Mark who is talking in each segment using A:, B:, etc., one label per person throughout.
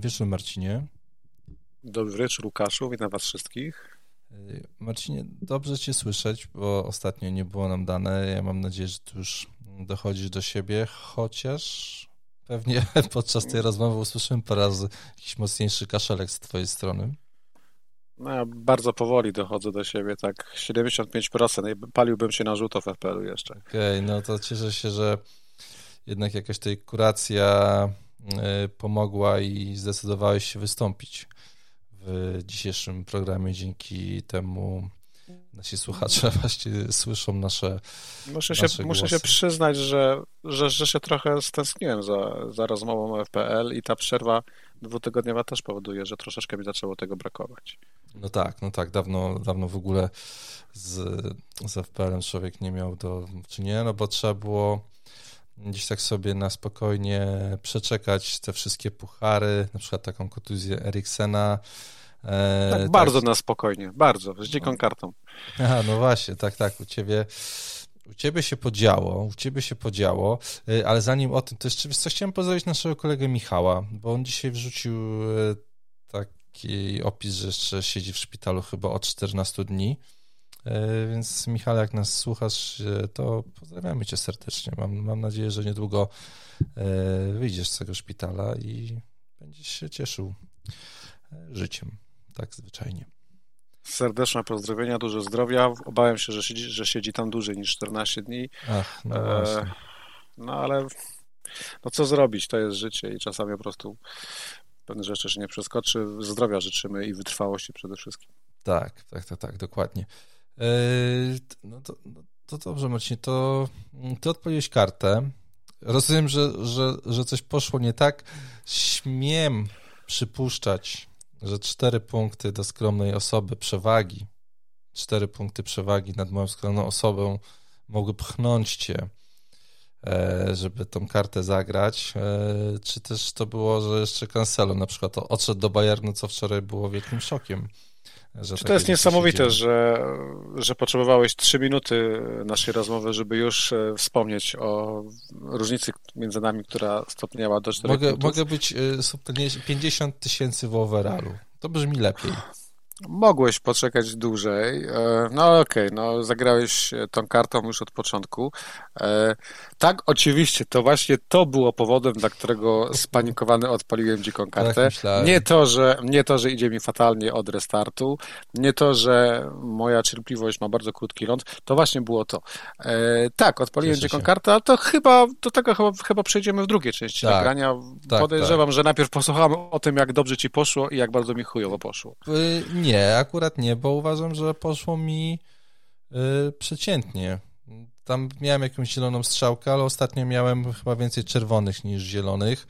A: wieczór, Marcinie.
B: Dobry wieczór, Łukaszu, witam was wszystkich.
A: Marcinie, dobrze cię słyszeć, bo ostatnio nie było nam dane. Ja mam nadzieję, że tu już dochodzisz do siebie, chociaż pewnie podczas tej rozmowy usłyszymy parę razy jakiś mocniejszy kaszelek z twojej strony.
B: No ja bardzo powoli dochodzę do siebie, tak 75%. Paliłbym się na żółto w FPL-u jeszcze.
A: Okej, no to cieszę się, że jednak jakaś tutaj kuracja pomogła i zdecydowałeś się wystąpić w dzisiejszym programie. Dzięki temu nasi słuchacze właśnie słyszą nasze
B: Muszę się przyznać, że się trochę stęskniłem za rozmową o FPL i ta przerwa dwutygodniowa też powoduje, że troszeczkę mi zaczęło tego brakować.
A: No tak, dawno w ogóle z FPL-em człowiek nie miał do czynienia, no bo trzeba było gdzieś tak sobie na spokojnie przeczekać te wszystkie puchary, na przykład taką kontuzję Eriksena.
B: Tak, bardzo na spokojnie, bardzo, z dziką kartą.
A: Aha, no właśnie, tak, u ciebie się podziało, ale zanim o tym, to jeszcze co, chciałem pozdrowić naszego kolegę Michała, bo on dzisiaj wrzucił taki opis, że jeszcze siedzi w szpitalu chyba od 14 dni, więc Michał, jak nas słuchasz, to pozdrawiamy cię serdecznie. Mam nadzieję, że niedługo wyjdziesz z tego szpitala i będziesz się cieszył życiem, tak zwyczajnie.
B: Serdeczne pozdrowienia, dużo zdrowia. Obawiam się, że siedzi tam dłużej niż 14 dni.
A: Ach, no właśnie.
B: No ale no co zrobić, to jest życie i czasami po prostu pewne rzeczy się nie przeskoczy. Zdrowia życzymy i wytrwałości przede wszystkim.
A: Tak, dokładnie. No to dobrze, Marcin, to ty odpaliłeś kartę. Rozumiem, że coś poszło nie tak. Śmiem przypuszczać, że 4 punkty do skromnej osoby przewagi, 4 punkty przewagi nad moją skromną osobą mogły pchnąć cię, żeby tą kartę zagrać, czy też to było, że jeszcze Cancelo na przykład odszedł do Bayernu, co wczoraj było wielkim szokiem.
B: Czy to jest niesamowite, że potrzebowałeś 3 minuty naszej rozmowy, żeby już wspomnieć o różnicy między nami, która stopniała do 4 punktów?
A: Mogę być 50 000 w overallu. To brzmi lepiej.
B: Mogłeś poczekać dłużej. No okej, no zagrałeś tą kartą już od początku. Tak, oczywiście, to właśnie to było powodem, dla którego spanikowany odpaliłem dziką kartę.
A: Tak
B: nie to, że idzie mi fatalnie od restartu, nie to, że moja cierpliwość ma bardzo krótki ląd, to właśnie było to. Tak, odpaliłem dziką kartę, ale to do tego chyba przejdziemy w drugiej części nagrania. Podejrzewam, że najpierw posłuchamy o tym, jak dobrze ci poszło i jak bardzo mi chujowo poszło.
A: Nie, akurat nie, bo uważam, że poszło mi przeciętnie. Tam miałem jakąś zieloną strzałkę, ale ostatnio miałem chyba więcej czerwonych niż zielonych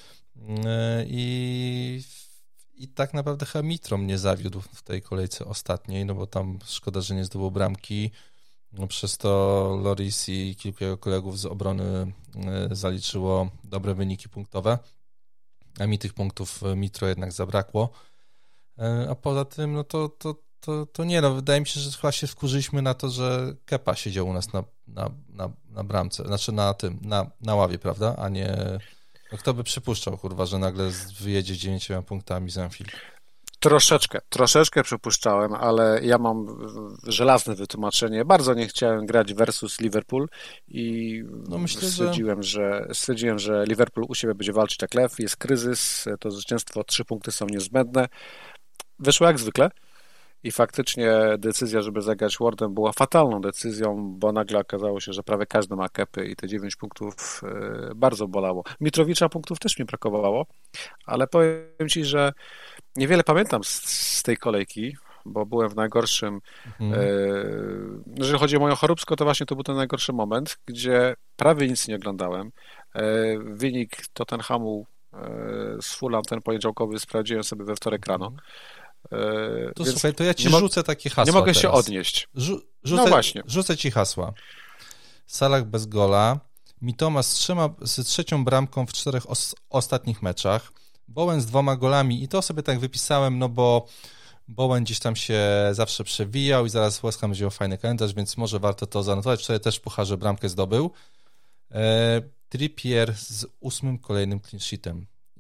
A: i tak naprawdę chyba Mitro mnie zawiódł w tej kolejce ostatniej, no bo tam szkoda, że nie zdobył bramki. No, przez to Loris i kilku jego kolegów z obrony zaliczyło dobre wyniki punktowe, a mi tych punktów Mitro jednak zabrakło. A poza tym, no to nie, no wydaje mi się, że chyba się wkurzyliśmy na to, że Kepa siedział u nas na bramce, znaczy na ławie, prawda, a nie, no kto by przypuszczał, kurwa, że nagle wyjedzie z 9 punktami z Anfield.
B: Troszeczkę przypuszczałem, ale ja mam żelazne wytłumaczenie. Bardzo nie chciałem grać versus Liverpool i stwierdziłem, że Liverpool u siebie będzie walczyć jak lew, jest kryzys, to zwycięstwo, 3 punkty są niezbędne. Wyszło jak zwykle i faktycznie decyzja, żeby zagrać Wardem była fatalną decyzją, bo nagle okazało się, że prawie każdy ma kepy i te 9 punktów bardzo bolało. Mitrowicza punktów też mi brakowało, ale powiem ci, że niewiele pamiętam z tej kolejki, bo byłem w najgorszym, jeżeli chodzi o moją choróbsko, to właśnie to był ten najgorszy moment, gdzie prawie nic nie oglądałem. Wynik Tottenhamu z Fulham, ten poniedziałkowy, sprawdziłem sobie we wtorek rano.
A: To słuchaj, to ja ci rzucę takie hasła.
B: Nie mogę
A: teraz
B: się odnieść.
A: No właśnie. Rzucę ci hasła. Salah bez gola, Mitoma z 3. bramką w 4 ostatnich meczach, Bowen z 2 golami i to sobie tak wypisałem, no bo Bowen gdzieś tam się zawsze przewijał i zaraz West Ham wziął fajny kalendarz, więc może warto to zanotować. Wczoraj też w pucharze bramkę zdobył. Trippier z 8. kolejnym clean sheetem.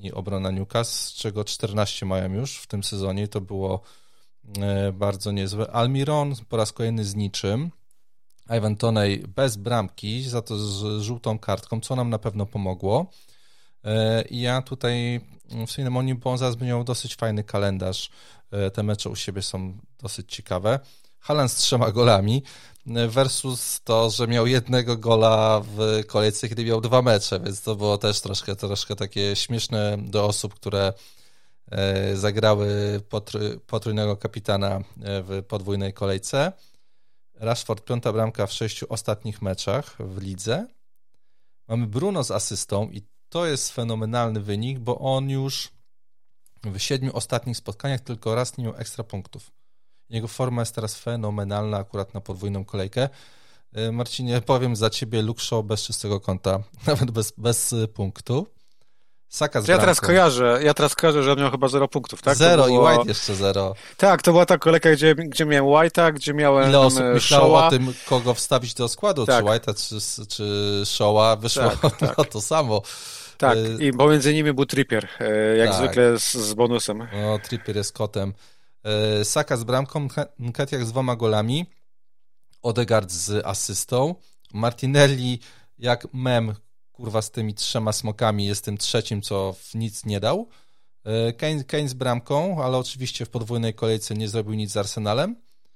A: i obrona Newcastle, z czego 14 mają już w tym sezonie. To było bardzo niezłe. Almiron po raz kolejny z niczym. Ivan Toney bez bramki, za to z żółtą kartką, co nam na pewno pomogło. I ja tutaj w Synemonii, bo on zaraz będzie miał dosyć fajny kalendarz. Te mecze u siebie są dosyć ciekawe. Haaland z 3 golami versus to, że miał 1 gola w kolejce, kiedy miał 2 mecze, więc to było też troszkę takie śmieszne do osób, które zagrały potrójnego kapitana w podwójnej kolejce. Rashford 5 bramka w 6 ostatnich meczach w lidze. Mamy Bruno z asystą i to jest fenomenalny wynik, bo on już w 7 ostatnich spotkaniach tylko raz nie miał ekstra punktów. Jego forma jest teraz fenomenalna akurat na podwójną kolejkę. Marcinie, powiem za ciebie, Luke Shaw bez czystego konta, nawet bez punktu. Saka z
B: ja teraz kojarzę, że on miał chyba 0 punktów, tak?
A: 0 było... i White jeszcze 0.
B: Tak, to była ta kolejka, gdzie miałem White'a, gdzie miałem
A: ile osób myślało
B: Shawa.
A: o tym, kogo wstawić do składu,
B: tak.
A: czy White'a, czy Shawa, wyszło
B: tak.
A: No, to samo.
B: Tak, i pomiędzy nimi był Trippier, jak zwykle z bonusem.
A: No, Trippier jest kotem. Saka z bramką, Nketiah z 2 golami, Odegaard z asystą, Martinelli jak mem, kurwa, z tymi 3 smokami jest tym trzecim, co w nic nie dał. Kane z bramką, ale oczywiście w podwójnej kolejce nie zrobił nic z Arsenalem.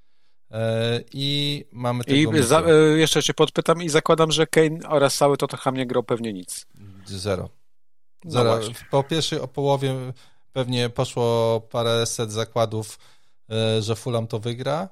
A: I mamy tego...
B: jeszcze cię podpytam i zakładam, że Kane oraz cały Tottenham nie grał pewnie nic.
A: 0.
B: No
A: po pierwszej połowie pewnie poszło paręset zakładów, że Fulham to wygra.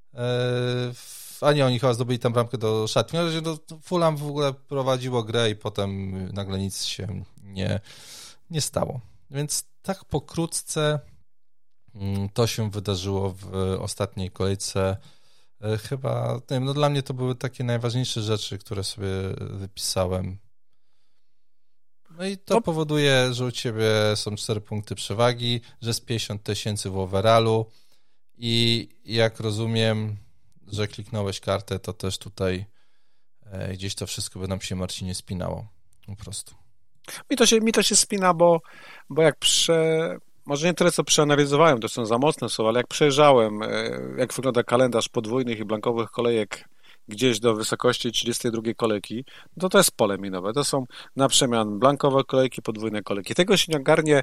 A: A nie, oni chyba zdobyli tam bramkę do szatni. Fulham w ogóle prowadziło grę i potem nagle nic się nie stało. Więc tak pokrótce to się wydarzyło w ostatniej kolejce. Chyba, nie wiem, dla mnie to były takie najważniejsze rzeczy, które sobie wypisałem. No i to powoduje, że u ciebie są 4 punkty przewagi, że jest 50 000 w overallu i jak rozumiem, że kliknąłeś kartę, to też tutaj gdzieś to wszystko by nam się, Marcinie, spinało. Po prostu.
B: Mi to się spina, bo jak może nie tyle, co przeanalizowałem, to są za mocne słowa, ale jak przejrzałem, jak wygląda kalendarz podwójnych i blankowych kolejek gdzieś do wysokości 32 kolejki, to jest pole minowe. To są na przemian blankowe kolejki, podwójne kolejki. Tego się nie ogarnie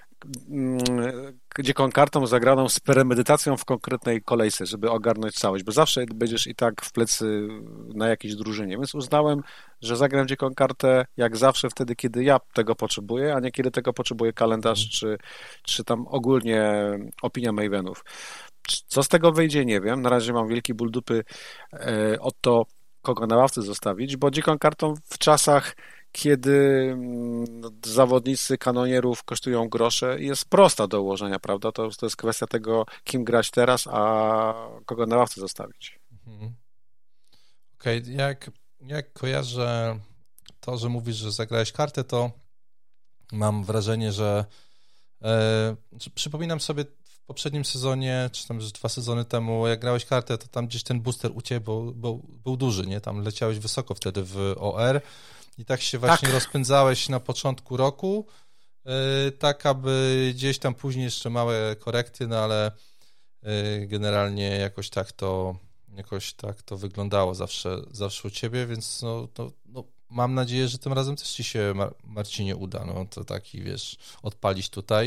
B: dzieką kartą zagraną z premedytacją w konkretnej kolejce, żeby ogarnąć całość, bo zawsze będziesz i tak w plecy na jakiejś drużynie, więc uznałem, że zagram dzieką kartę jak zawsze wtedy, kiedy ja tego potrzebuję, a nie kiedy tego potrzebuje kalendarz, czy tam ogólnie opinia Mavenów. Co z tego wyjdzie, nie wiem. Na razie mam wielki ból dupy o to, kogo na ławce zostawić, bo dziką kartą w czasach, kiedy zawodnicy kanonierów kosztują grosze, jest prosta do ułożenia, prawda? To jest kwestia tego, kim grać teraz, a kogo na ławce zostawić.
A: Okej, jak kojarzę to, że mówisz, że zagrałeś kartę, to mam wrażenie, że przypominam sobie w poprzednim sezonie, czy tam już 2 sezony temu, jak grałeś kartę, to tam gdzieś ten booster u ciebie był duży, nie? Tam leciałeś wysoko wtedy w OR i tak się właśnie rozpędzałeś na początku roku, tak aby gdzieś tam później jeszcze małe korekty, no ale generalnie jakoś tak to wyglądało zawsze u ciebie, więc no, mam nadzieję, że tym razem też ci się, Marcinie, uda, no to taki, wiesz, odpalić tutaj,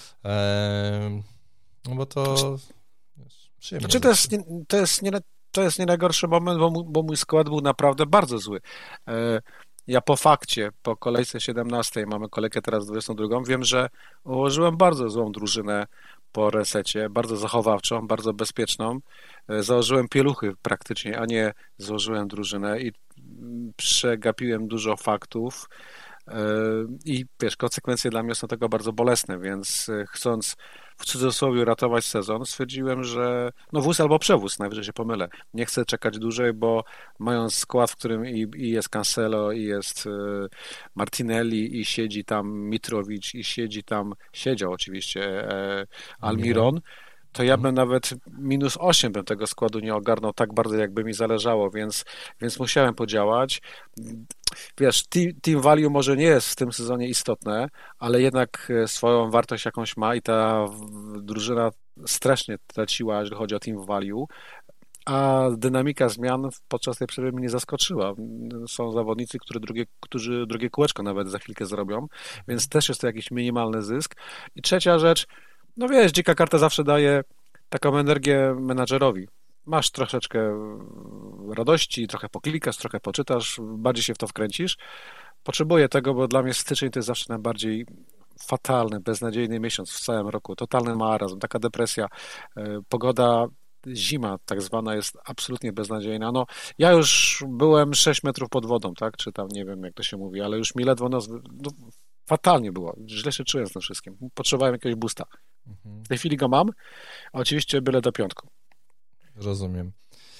A: no bo to przyjemne.
B: To jest nie najgorszy moment, bo mój skład był naprawdę bardzo zły. Ja po fakcie, po kolejce 17, mamy kolejkę teraz 22, wiem, że ułożyłem bardzo złą drużynę po resecie, bardzo zachowawczą, bardzo bezpieczną. Założyłem pieluchy praktycznie, a nie założyłem drużynę i przegapiłem dużo faktów i wiesz, konsekwencje dla mnie są tego bardzo bolesne, więc chcąc w cudzysłowie ratować sezon, stwierdziłem, że no wóz albo przewóz, najwyżej się pomylę. Nie chcę czekać dłużej, bo mając skład, w którym i jest Cancelo, i jest Martinelli, i siedzi tam Mitrowicz, i siedział oczywiście Almiron, to ja bym nawet -8 bym tego składu nie ogarnął tak bardzo, jakby mi zależało, więc musiałem podziałać. Wiesz, team value może nie jest w tym sezonie istotne, ale jednak swoją wartość jakąś ma i ta drużyna strasznie traciła, jeżeli chodzi o team value, a dynamika zmian podczas tej przerwy mnie nie zaskoczyła. Są zawodnicy, którzy drugie kółeczko nawet za chwilkę zrobią, więc też jest to jakiś minimalny zysk. I trzecia rzecz, no wiesz, dzika karta zawsze daje taką energię menadżerowi. Masz troszeczkę radości, trochę poklikasz, trochę poczytasz, bardziej się w to wkręcisz. Potrzebuję tego, bo dla mnie styczeń to jest zawsze najbardziej fatalny, beznadziejny miesiąc w całym roku. Totalny marazm, taka depresja, pogoda, zima tak zwana jest absolutnie beznadziejna. No, ja już byłem 6 metrów pod wodą, tak? Czy tam nie wiem, jak to się mówi, ale już mi ledwo fatalnie było. Źle się czułem z tym wszystkim. Potrzebowałem jakiegoś boosta. W tej chwili go mam, a oczywiście byle do piątku.
A: Rozumiem.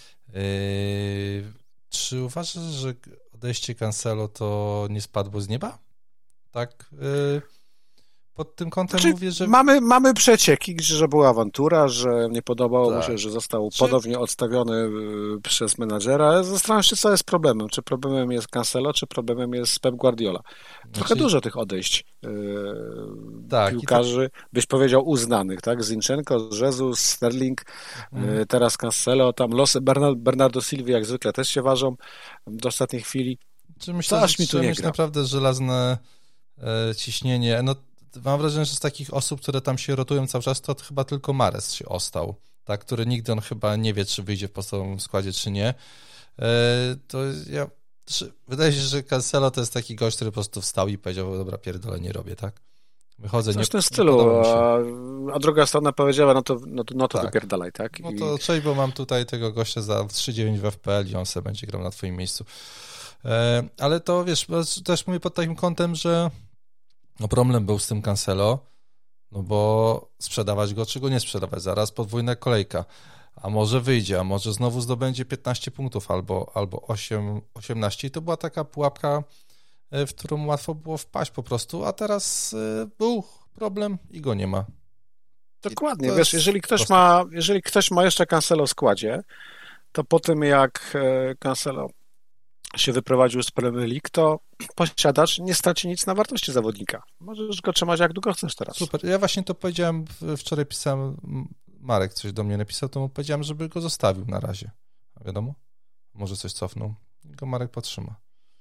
A: Czy uważasz, że odejście Cancelo to nie spadło z nieba? Tak? Pod tym kątem
B: znaczy,
A: mówię, że...
B: Mamy przecieki, że była awantura, że nie podobało mu się, że został ponownie odstawiony przez menadżera. Zastanawiam się, co jest problemem. Czy problemem jest Cancelo, czy problemem jest Pep Guardiola. Trochę dużo tych odejść piłkarzy, byś powiedział, uznanych, tak? Zinchenko, Jesus, Sterling, teraz Cancelo, tam losy Bernardo Silva jak zwykle też się ważą do ostatniej chwili.
A: Czy myślę, że trzeba mieć naprawdę żelazne ciśnienie. No, mam wrażenie, że z takich osób, które tam się rotują cały czas, to chyba tylko Mahrez się ostał, tak, który nigdy on chyba nie wie, czy wyjdzie w podstawowym składzie, czy nie. Wydaje się, że Cancelo to jest taki gość, który po prostu wstał i powiedział, dobra, pierdolę, nie robię, tak? Wychodzę,
B: coś w tym stylu, a druga strona powiedziała, no to
A: tak.
B: Wypierdalaj, tak?
A: No to cześć, bo mam tutaj tego gościa za 3,9 w FPL i on sobie będzie grał na twoim miejscu. Ale to, wiesz, też mówię pod takim kątem, że no problem był z tym Cancelo, no bo sprzedawać go, czy go nie sprzedawać, zaraz podwójna kolejka, a może wyjdzie, a może znowu zdobędzie 15 punktów albo 18 i to była taka pułapka, w którą łatwo było wpaść po prostu, a teraz był problem i go nie ma.
B: Dokładnie, wiesz, jeżeli ktoś ma jeszcze Cancelo w składzie, to po tym jak Cancelo się wyprowadził z Premier League, to posiadacz nie straci nic na wartości zawodnika. Możesz go trzymać jak długo chcesz teraz.
A: Super, ja właśnie to powiedziałem, wczoraj pisałem, Marek coś do mnie napisał, to mu powiedziałem, żeby go zostawił na razie. A wiadomo, może coś cofnął i go Marek potrzyma.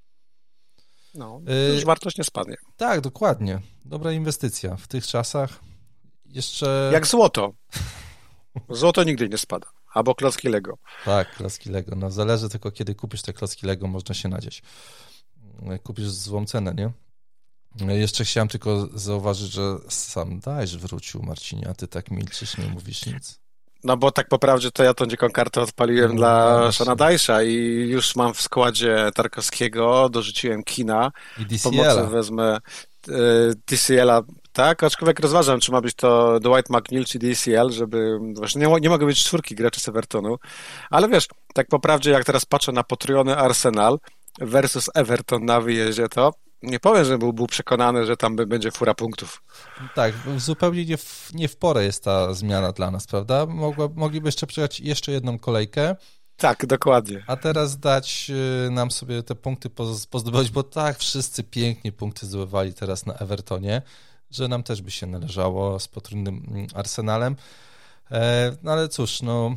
B: No, już wartość nie spadnie.
A: Tak, dokładnie. Dobra inwestycja w tych czasach. Jeszcze...
B: Jak złoto. Złoto nigdy nie spada. Albo klocki Lego.
A: Tak, klocki Lego. No zależy tylko, kiedy kupisz te klocki Lego, można się nadzieć. Kupisz złą cenę, nie? Jeszcze chciałem tylko zauważyć, że sam Dajesz wrócił, Marcinie, a ty tak milczysz, nie mówisz nic.
B: No bo tak po prawdzie to ja tą dziką kartę odpaliłem dla Shona Dyche'a i już mam w składzie Tarkowskiego, dorzuciłem Kina.
A: I DCL-a.
B: Pomocy wezmę DCL-a, tak? Aczkolwiek rozważam, czy ma być to Dwight McNeil czy DCL, żeby... Właśnie nie mogę być 4 graczy z Evertonu, ale wiesz, tak po prawdzie, jak teraz patrzę na potrojony Arsenal versus Everton na wyjeździe, to nie powiem, że był przekonany, że tam będzie fura punktów.
A: Tak, zupełnie nie w porę jest ta zmiana dla nas, prawda? Mogliby jeszcze przejechać jeszcze jedną kolejkę.
B: Tak, dokładnie.
A: A teraz dać nam sobie te punkty pozdobywać, bo tak, wszyscy pięknie punkty zdobywali teraz na Evertonie, że nam też by się należało z potrójnym Arsenalem. No ale cóż, no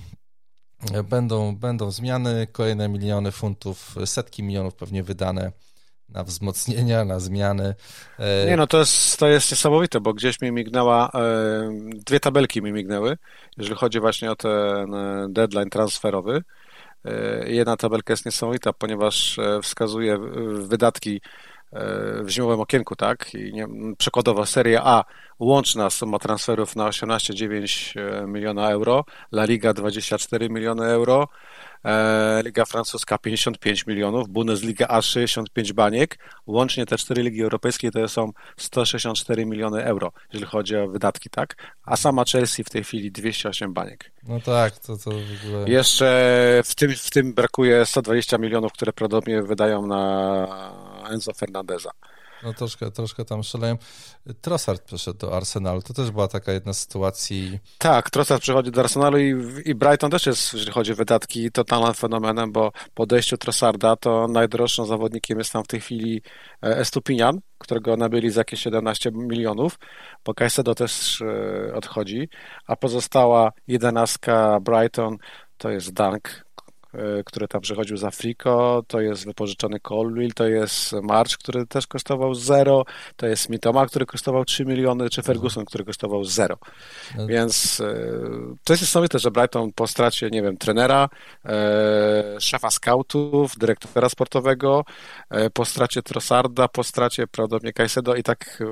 A: będą zmiany, kolejne miliony funtów, setki milionów pewnie wydane na wzmocnienia, na zmiany.
B: Nie no, to jest niesamowite, bo gdzieś mi mignęła, 2 tabelki mi mignęły, jeżeli chodzi właśnie o ten deadline transferowy. Jedna tabelka jest niesamowita, ponieważ wskazuje wydatki w zimowym okienku, tak? I przykładowo Serie A, łączna suma transferów na 18,9 miliona euro, La Liga 24 miliony euro, Liga Francuska 55 milionów, Bundesliga A 65 baniek, łącznie te 4 ligi europejskie to są 164 miliony euro, jeżeli chodzi o wydatki, tak? A sama Chelsea w tej chwili 208 baniek.
A: No tak, to w ogóle...
B: Jeszcze w tym brakuje 120 milionów, które prawdopodobnie wydają na Enzo Fernandeza.
A: No troszkę tam szaleją. Trossard przeszedł do Arsenalu. To też była taka jedna z sytuacji.
B: Tak, Trossard przychodzi do Arsenalu i Brighton też jest, jeżeli chodzi o wydatki, totalnym fenomenem, bo po odejściu Trossarda to najdroższym zawodnikiem jest tam w tej chwili Estupinian, którego nabyli za jakieś 17 milionów, bo Caicedo też odchodzi, a pozostała 11 Brighton to jest Dunk, który tam przychodził z Afriko, to jest wypożyczony Colwill, to jest March, który też kosztował 0, to jest Mitoma, który kosztował 3 miliony, czy Ferguson, który kosztował 0. Więc to jest niesamowite, że Brighton po stracie, nie wiem, trenera, szefa scoutów, dyrektora sportowego, po stracie Trossarda, po stracie prawdopodobnie Caicedo i tak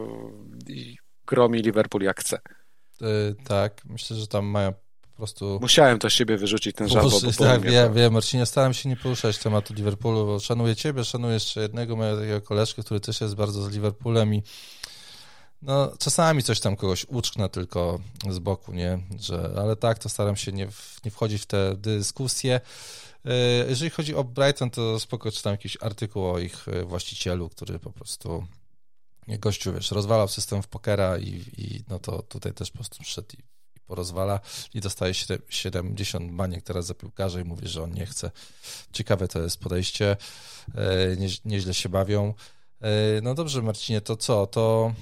B: gromi Liverpool jak chce.
A: Tak, myślę, że tam mają po prostu...
B: Musiałem to z siebie wyrzucić, ten żart.
A: Tak, wiem, Marcinie, staram się nie poruszać tematu Liverpoolu, bo szanuję ciebie, szanuję jeszcze jednego mojego takiego koleżkę, który też jest bardzo z Liverpoolem i no, czasami coś tam kogoś uczknę tylko z boku, nie? Ale tak, to staram się nie wchodzić w te dyskusje. Jeżeli chodzi o Brighton, to spoko czytam jakiś artykuł o ich właścicielu, który po prostu gościu, wiesz, rozwalał system w pokera i no to tutaj też po prostu przyszedł i porozwala i dostaje 70 baniek teraz za piłkarza i mówi, że on nie chce. Ciekawe to jest podejście. Nieźle się bawią. No dobrze, Marcinie, to co? To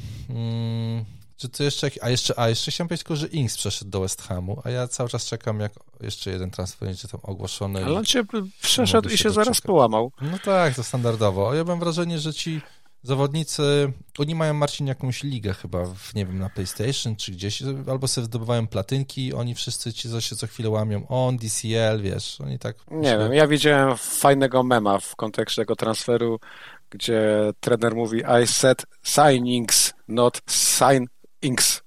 A: czy to jeszcze... jeszcze chciałem powiedzieć tylko, że Ings przeszedł do West Hamu, a ja cały czas czekam, jak jeszcze jeden transfer będzie tam ogłoszony.
B: Ale on się przeszedł i się zaraz połamał.
A: No tak, to standardowo. Ja mam wrażenie, że ci zawodnicy, oni mają, Marcin, jakąś ligę chyba, nie wiem, na PlayStation czy gdzieś, albo sobie zdobywają platynki, oni wszyscy ci się co chwilę łamią, DCL, wiesz, oni tak...
B: Nie wiem, ja widziałem fajnego mema w kontekście tego transferu, gdzie trener mówi I said signings, not sign-ings.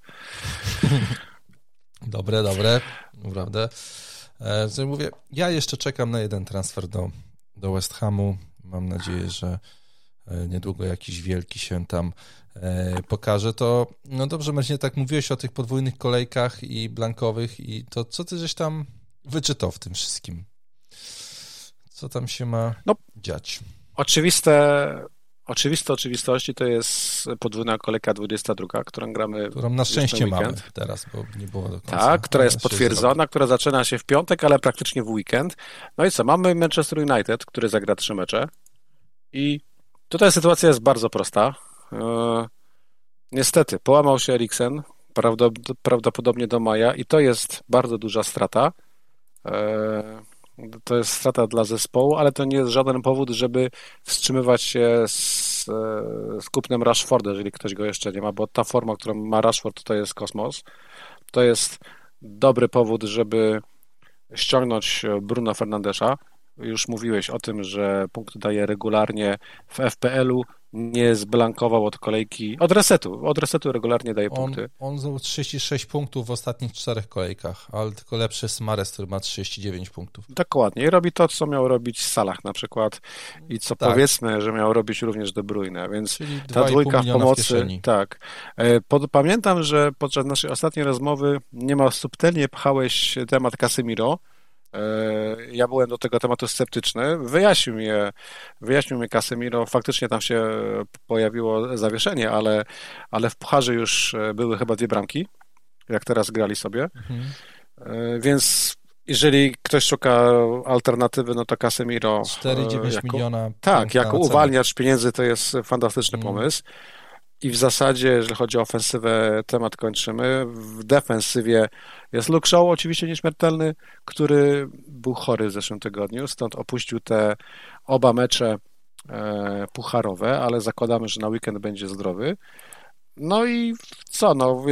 A: Dobre, naprawdę. Mówię, ja jeszcze czekam na jeden transfer do West Hamu, mam nadzieję, że niedługo jakiś wielki się tam pokaże, to no dobrze, Marcinie, tak mówiłeś o tych podwójnych kolejkach i blankowych i to co ty żeś tam wyczytał w tym wszystkim? Co tam się ma dziać?
B: Oczywiste oczywistości to jest podwójna kolejka 22, którą gramy
A: którą na szczęście mamy teraz, bo nie było do końca.
B: Tak, która jest potwierdzona, która zaczyna się w piątek, ale praktycznie w weekend. No i co, mamy Manchester United, który zagra 3 mecze i tutaj sytuacja jest bardzo prosta. Niestety, połamał się Eriksen, prawdopodobnie do maja i to jest bardzo duża strata. To jest strata dla zespołu, ale to nie jest żaden powód, żeby wstrzymywać się z kupnem Rashforda, jeżeli ktoś go jeszcze nie ma, bo ta forma, którą ma Rashford, to jest kosmos. To jest dobry powód, żeby ściągnąć Bruno Fernandesza. Już mówiłeś o tym, że punkt daje regularnie w FPL-u, nie zblankował od kolejki, od resetu regularnie daje punkty.
A: On zdobył 36 punktów w ostatnich 4 kolejkach, ale tylko lepszy jest Mahrez, który ma 39 punktów.
B: Dokładnie. I robi to, co miał robić Salah na przykład i co
A: tak.
B: Powiedzmy, że miał robić również De Bruyne, więc
A: czyli
B: ta dwójka w pomocy.
A: W
B: tak. Pamiętam, że podczas naszej ostatniej rozmowy niemal subtelnie pchałeś temat Casemiro. Ja byłem do tego tematu sceptyczny. Wyjaśnił mnie Casemiro. Faktycznie tam się pojawiło zawieszenie, ale w pucharze już były chyba 2 bramki, jak teraz grali sobie. Więc jeżeli ktoś szuka alternatywy, no to Casemiro
A: 4,9 miliona.
B: Tak, jako uwalniacz pieniędzy to jest fantastyczny pomysł. I w zasadzie, jeżeli chodzi o ofensywę, temat kończymy. W defensywie jest Luke Shaw, oczywiście nieśmiertelny, który był chory w zeszłym tygodniu, stąd opuścił te oba mecze pucharowe, ale zakładamy, że na weekend będzie zdrowy. No i co? No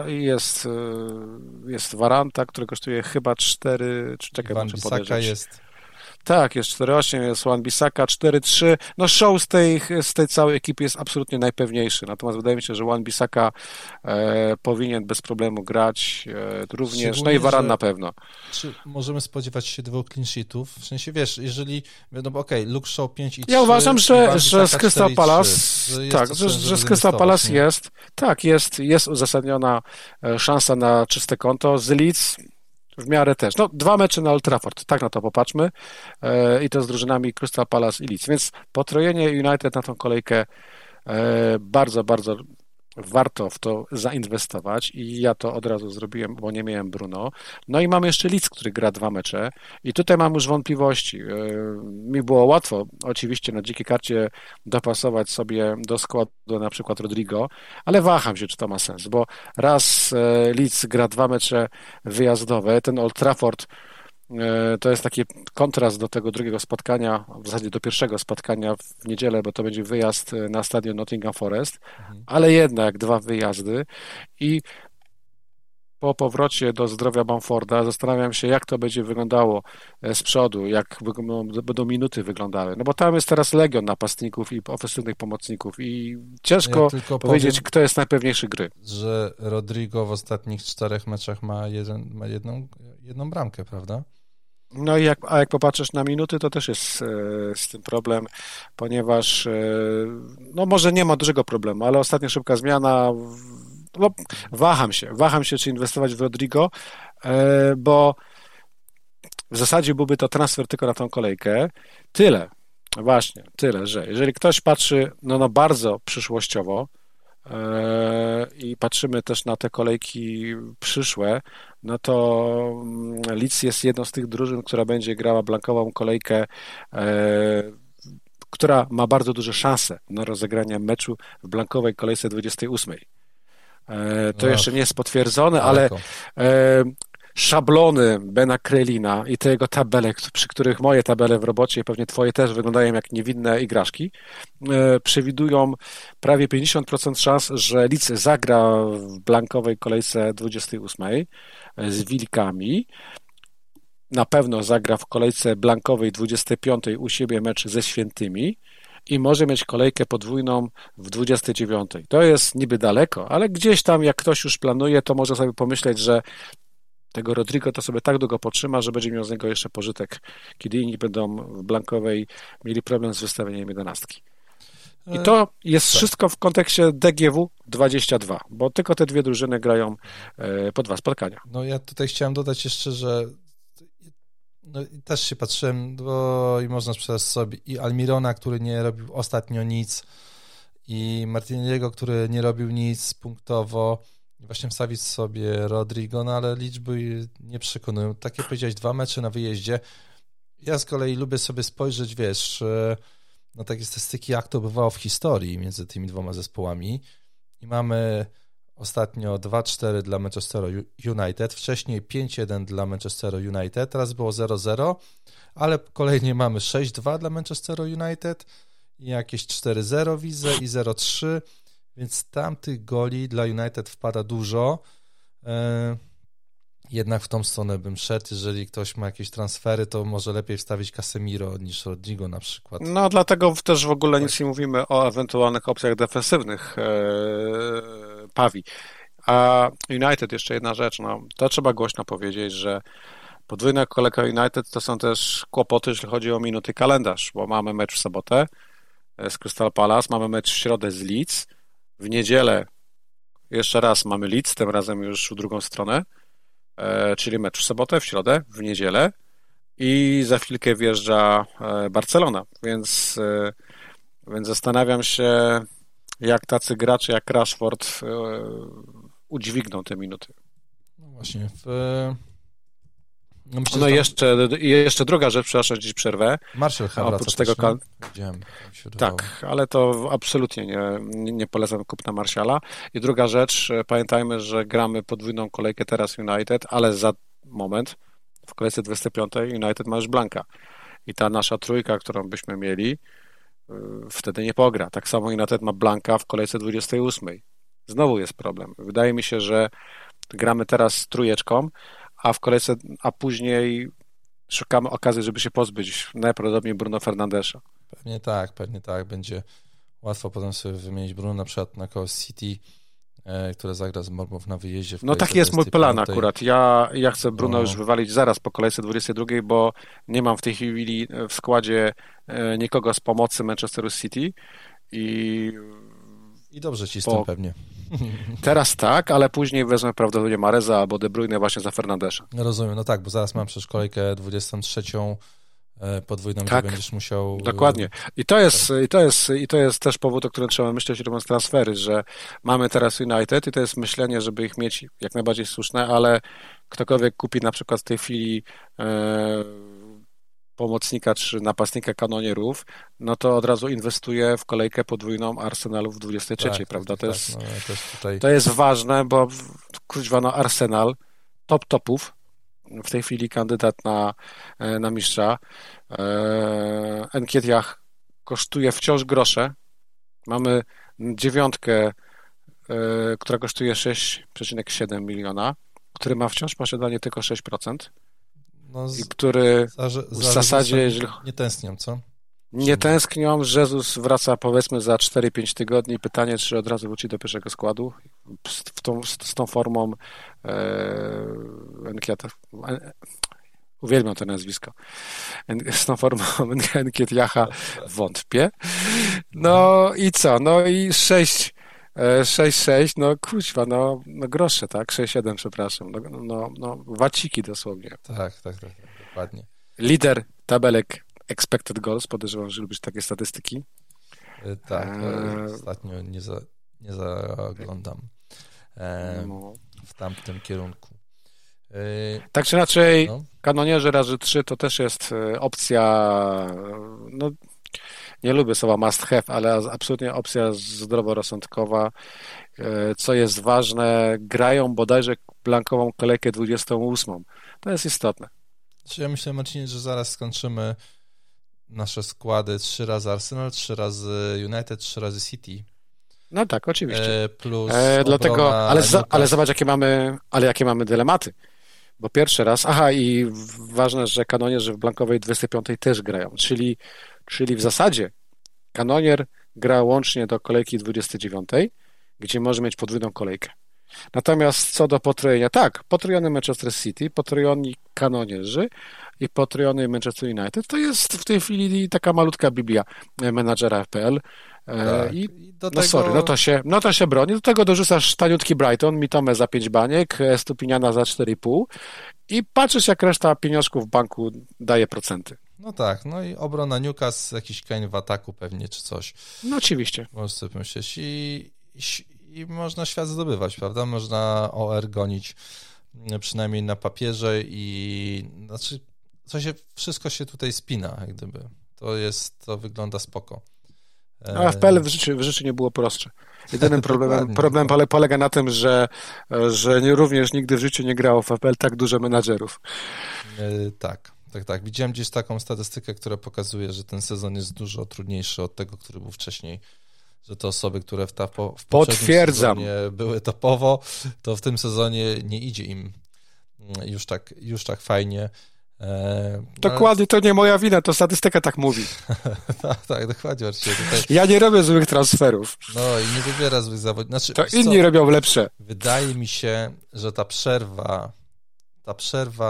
B: jest Varanta, który kosztuje chyba 4... Czekaj, muszę podejrzeć.
A: Jest...
B: Tak, jest 4,8, jest Wan-Bissaka 4,3. No Shaw z tej całej ekipy jest absolutnie najpewniejszy. Natomiast wydaje mi się, że Wan-Bissaka powinien bez problemu grać również. No i Varane na pewno.
A: Czy możemy spodziewać się 2 clean sheetów? W sensie, wiesz, jeżeli... No bo okej, Luke Shaw 5 i 3...
B: Ja uważam, że z Crystal Palace... Tak, że z Crystal Palace jest... Tak, jest uzasadniona szansa na czyste konto. Z Leeds... W miarę też. No, 2 mecze na Old Trafford, tak na to popatrzmy. I to z drużynami Crystal Palace i Leeds. Więc potrojenie United na tą kolejkę Bardzo, bardzo warto w to zainwestować i ja to od razu zrobiłem, bo nie miałem Bruno. No i mamy jeszcze Leeds, który gra 2 mecze i tutaj mam już wątpliwości. Mi było łatwo oczywiście na dzikiej karcie dopasować sobie do składu na przykład Rodrigo, ale waham się, czy to ma sens, bo raz Leeds gra 2 mecze wyjazdowe, ten Old Trafford to jest taki kontrast do tego drugiego spotkania, w zasadzie do pierwszego spotkania w niedzielę, bo to będzie wyjazd na stadion Nottingham Forest, ale jednak 2 wyjazdy i po powrocie do zdrowia Bamforda zastanawiam się, jak to będzie wyglądało z przodu, jak będą minuty wyglądały. No bo tam jest teraz legion napastników i ofensywnych pomocników i ciężko powiedzieć, kto jest najpewniejszy gry.
A: Że Rodrigo w ostatnich 4 meczach ma jedną bramkę, prawda?
B: No i jak popatrzysz na minuty, to też jest z tym problem, ponieważ no może nie ma dużego problemu, ale ostatnio szybka zmiana, no waham się, czy inwestować w Rodrigo, bo w zasadzie byłby to transfer tylko na tą kolejkę. Tyle, że jeżeli ktoś patrzy no bardzo przyszłościowo, i patrzymy też na te kolejki przyszłe, no to Leeds jest jedną z tych drużyn, która będzie grała blankową kolejkę, która ma bardzo duże szanse na rozegranie meczu w blankowej kolejce 28. To jeszcze nie jest potwierdzone, ale szablony Bena Krelina i te jego tabele, przy których moje tabele w robocie i pewnie twoje też wyglądają jak niewinne igraszki, przewidują prawie 50% szans, że Leeds zagra w blankowej kolejce 28 z Wilkami. Na pewno zagra w kolejce blankowej 25 u siebie mecz ze Świętymi i może mieć kolejkę podwójną w 29. To jest niby daleko, ale gdzieś tam jak ktoś już planuje, to może sobie pomyśleć, że tego Rodrigo to sobie tak długo potrzyma, że będzie miał z niego jeszcze pożytek, kiedy inni będą w blankowej mieli problem z wystawieniem 11. I to jest wszystko w kontekście DGW 22, bo tylko te 2 drużyny grają po 2 spotkania.
A: No ja tutaj chciałem dodać jeszcze, że no, też się patrzyłem, bo i można sprzedać sobie i Almirona, który nie robił ostatnio nic, i Martinelliego, który nie robił nic punktowo, właśnie wstawić sobie Rodrigo, no ale liczby nie przekonują. Tak jak powiedziałeś, 2 mecze na wyjeździe. Ja z kolei lubię sobie spojrzeć, wiesz, na takie statystyki, jak to bywało w historii między tymi 2 zespołami. I mamy ostatnio 2-4 dla Manchesteru United, wcześniej 5-1 dla Manchesteru United, teraz było 0-0, ale kolejnie mamy 6-2 dla Manchesteru United i jakieś 4-0 widzę i 0-3, więc tamtych goli dla United wpada dużo. Jednak w tą stronę bym szedł. Jeżeli ktoś ma jakieś transfery, to może lepiej wstawić Casemiro niż Rodrigo na przykład.
B: No dlatego też w ogóle nic nie mówimy o ewentualnych opcjach defensywnych Pawi. A United, jeszcze jedna rzecz, no to trzeba głośno powiedzieć, że podwójna kolejka United to są też kłopoty, jeśli chodzi o minuty kalendarz, bo mamy mecz w sobotę z Crystal Palace, mamy mecz w środę z Leeds, w niedzielę jeszcze raz mamy Leeds, tym razem już w drugą stronę, czyli mecz w sobotę, w środę, w niedzielę i za chwilkę wjeżdża Barcelona, więc zastanawiam się, jak tacy gracze jak Rashford udźwigną te minuty.
A: No właśnie.
B: Myślę, no jeszcze druga rzecz, przepraszam, dziś przerwę.
A: Martial wraca
B: oprócz tego
A: widziałem,
B: tak, ale to absolutnie nie polecam kupna Martiala. I druga rzecz, pamiętajmy, że gramy podwójną kolejkę teraz United, ale za moment w kolejce 25 United ma już blanka. I ta nasza trójka, którą byśmy mieli, wtedy nie pogra. Tak samo United ma blanka w kolejce 28. Znowu jest problem. Wydaje mi się, że gramy teraz z trójeczką, a później szukamy okazji, żeby się pozbyć najprawdopodobniej Bruno Fernandesza.
A: Pewnie tak. Będzie łatwo potem sobie wymienić Bruno na przykład na kogoś City, które zagra z Bournemouth na wyjeździe.
B: No taki jest mój plan akurat. Ja chcę Bruno już wywalić zaraz po kolejce 22, bo nie mam w tej chwili w składzie nikogo z pomocy Manchesteru City i
A: dobrze ci z tym pewnie.
B: Teraz tak, ale później wezmę prawdopodobnie Mareza albo De Bruyne właśnie za Fernandesza.
A: Rozumiem, no tak, bo zaraz mam przecież kolejkę 23 podwójną,
B: Tak,
A: gdzie będziesz musiał...
B: dokładnie. I to jest też powód, o którym trzeba myśleć, robiąc transfery, że mamy teraz United i to jest myślenie, żeby ich mieć jak najbardziej słuszne, ale ktokolwiek kupi na przykład w tej chwili pomocnika czy napastnika kanonierów, no to od razu inwestuje w kolejkę podwójną Arsenalu w 23,
A: Tak,
B: prawda?
A: tak, no, ja też tutaj...
B: To jest ważne, bo kuźwa, no Arsenal, topów, w tej chwili kandydat na mistrza. Nketiah kosztuje wciąż grosze. Mamy dziewiątkę, która kosztuje 6,7 miliona, który ma wciąż posiadanie tylko 6%.
A: No,
B: i który w zasadzie, jeżeli
A: nie tęsknią, co?
B: nie tęsknią, Jesus wraca powiedzmy za 4-5 tygodni. Pytanie, czy od razu wróci do pierwszego składu z tą formą uwielbiam to nazwisko. Z tą formą Nketiaha wątpię. No i co? No i 6,6, no kuźwa, no grosze, tak? 6,7, przepraszam. No waciki dosłownie.
A: Tak, dokładnie.
B: Lider tabelek expected goals, podejrzewam, że lubisz takie statystyki.
A: Tak, ostatnio nie zaglądam w tamtym kierunku.
B: Tak czy inaczej, kanonierzy razy 3 to też jest opcja, no nie lubię słowa must have, ale absolutnie opcja zdroworozsądkowa. Co jest ważne, grają bodajże blankową kolejkę 28. To jest istotne.
A: Ja myślę, Marcinie, że zaraz skończymy nasze składy 3 razy Arsenal, 3 razy United, 3 razy City.
B: No tak, oczywiście.
A: Plus
B: dlatego, ale zobacz, jakie mamy dylematy. Bo pierwszy raz, i ważne, że kanonierzy w blankowej 25 też grają, czyli w zasadzie kanonier gra łącznie do kolejki 29, gdzie może mieć podwójną kolejkę. Natomiast co do potrojenia, tak, potrojony Manchester City, potrojoni kanonierzy i potrojony Manchester United, to jest w tej chwili taka malutka Biblia menadżera FPL.
A: Tak.
B: I do tego... to się broni. Do tego dorzucasz taniutki Brighton, Mitomę za 5 baniek, Stupiniana za 4,5 i patrzysz, jak reszta pieniążków w banku daje procenty.
A: No tak, no i obrona Newcastle, jakiś Kane w ataku pewnie, czy coś.
B: No oczywiście.
A: Możesz sobie pomyśleć i można świat zdobywać, prawda? Można OR gonić przynajmniej na papierze i znaczy wszystko się tutaj spina, jak gdyby. To wygląda spoko.
B: A FPL w życiu nie było prostsze. Jedynym problem polega na tym, że również nigdy w życiu nie grało w FPL tak dużo menadżerów.
A: Tak. Widziałem gdzieś taką statystykę, która pokazuje, że ten sezon jest dużo trudniejszy od tego, który był wcześniej. Że te osoby, które w poprzednim sezonie były topowo, to w tym sezonie nie idzie im już tak fajnie.
B: Dokładnie, to nie moja wina, to statystyka tak mówi.
A: tak, dokładnie. Tutaj...
B: Ja nie robię złych transferów.
A: No i nie wybiera złych zawodników.
B: Znaczy, to inni robią lepsze.
A: Wydaje mi się, że ta przerwa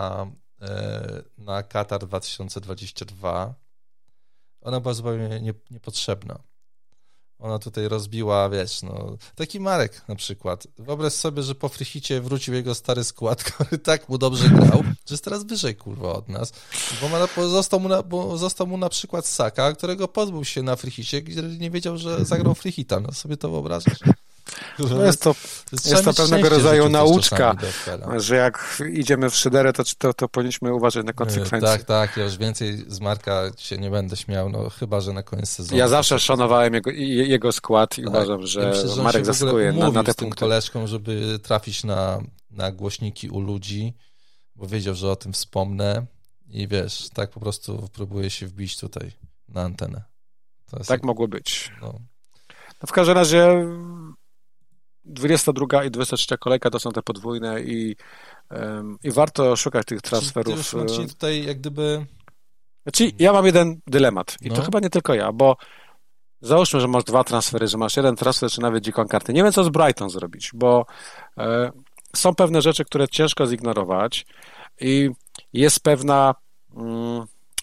A: na Katar 2022, ona była zupełnie niepotrzebna. Ona tutaj rozbiła, taki Marek na przykład. Wyobraź sobie, że po frichicie wrócił jego stary skład, który tak mu dobrze grał, że jest teraz wyżej, od nas. Bo został mu na przykład Saka, którego pozbył się na frichicie, gdzie nie wiedział, że zagrał frichita. No sobie to wyobrażasz?
B: Jest to pewnego rodzaju nauczka, że jak idziemy w szyderę, to powinniśmy uważać na konsekwencje.
A: Tak, ja już więcej z Marka się nie będę śmiał, chyba, że na koniec sezonu.
B: Ja zawsze szanowałem jego skład i uważam, że Marek zaskakuje na te punkty.
A: Koleżką, żeby trafić na głośniki u ludzi, bo wiedział, że o tym wspomnę i tak po prostu próbuję się wbić tutaj na antenę.
B: Tak mogło być. No w każdym razie 22 i 23 kolejka to są te podwójne i warto szukać tych transferów.
A: Ty już tutaj jak gdyby...
B: Znaczy, ja mam jeden dylemat i to chyba nie tylko ja, bo załóżmy, że masz 2 transfery, że masz 1 transfer, czy nawet dziką kartę. Nie wiem, co z Brighton zrobić, bo są pewne rzeczy, które ciężko zignorować i jest pewna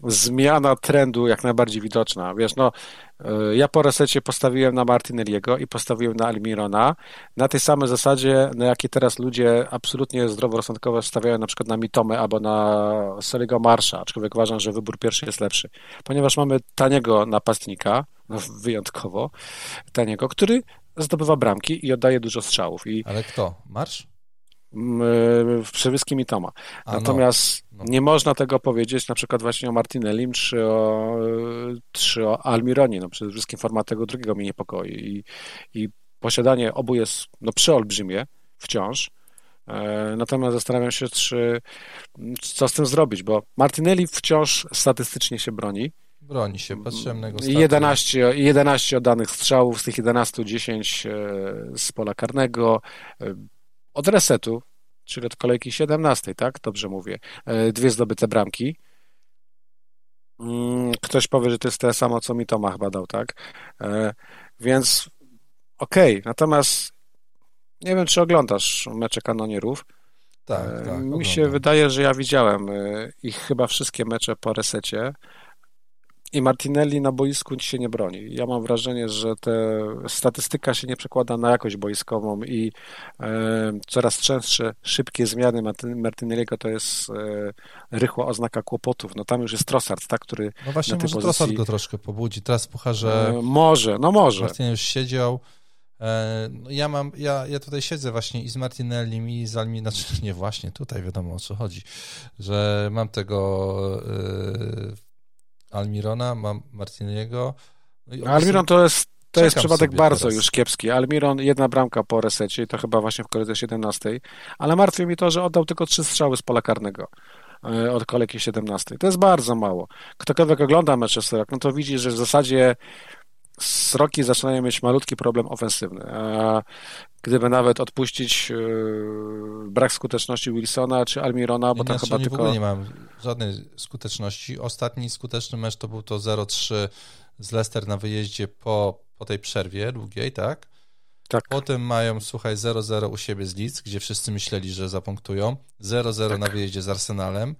B: zmiana trendu jak najbardziej widoczna. Wiesz, no, ja po resecie postawiłem na Martinelliego i postawiłem na Almirona na tej samej zasadzie, na jakiej teraz ludzie absolutnie zdroworozsądkowo stawiają na przykład na Mitomę albo na Soliego Marsza, aczkolwiek uważam, że wybór pierwszy jest lepszy. Ponieważ mamy taniego napastnika, no wyjątkowo taniego, który zdobywa bramki i oddaje dużo strzałów.
A: Ale kto? Marsz?
B: Przede wszystkim Mitoma.
A: A,
B: Natomiast
A: no.
B: nie można tego powiedzieć na przykład właśnie o Martinellim czy o Almironie. No przede wszystkim forma tego drugiego mnie niepokoi i posiadanie obu jest no, przeolbrzymie wciąż. Natomiast zastanawiam się, co z tym zrobić, bo Martinelli wciąż statystycznie się broni.
A: Broni się, patrzyłem na jego
B: 11 oddanych strzałów, z tych 11 10 z pola karnego. Od resetu, czyli od kolejki 17, tak? Dobrze mówię. 2 zdobyte bramki. Ktoś powie, że to jest tyle samo, co Mitoma chyba dał, tak? Więc okej. Natomiast nie wiem, czy oglądasz mecze kanonierów.
A: Tak,
B: Mi się wydaje, że ja widziałem ich chyba wszystkie mecze po resecie. I Martinelli na boisku się nie broni. Ja mam wrażenie, że ta statystyka się nie przekłada na jakość boiskową i coraz częstsze szybkie zmiany Martinelliego to jest rychła oznaka kłopotów. No tam już jest Trossard, tak, który
A: no właśnie,
B: na tej
A: może
B: pozycji...
A: Trossard go troszkę pobudzi. Teraz w pucharze...
B: Może.
A: Martinelli już siedział. Ja tutaj siedzę właśnie i z Martinellim i z Almirona, znaczy nie właśnie, tutaj wiadomo o co chodzi, że mam tego... Almirona, mam Martinelliego. No
B: Almiron to jest przypadek bardzo
A: teraz
B: już kiepski. Almiron 1 bramka po resecie i to chyba właśnie w kolejce 17, ale martwi mi to, że oddał tylko 3 strzały z pola karnego od kolejki 17. To jest bardzo mało. Ktokolwiek ogląda mecze z Rock, no to widzi, że w zasadzie Sroki zaczynają mieć malutki problem ofensywny. A gdyby nawet odpuścić brak skuteczności Wilsona czy Almirona, bo tam chyba tylko...
A: w ogóle nie mam żadnej skuteczności. Ostatni skuteczny mecz to był to 0-3 z Leicester na wyjeździe po tej przerwie długiej, tak?
B: Tak.
A: Potem mają, słuchaj, 0-0 u siebie z Leeds, gdzie wszyscy myśleli, że zapunktują. 0-0 tak. Na wyjeździe z Arsenalem.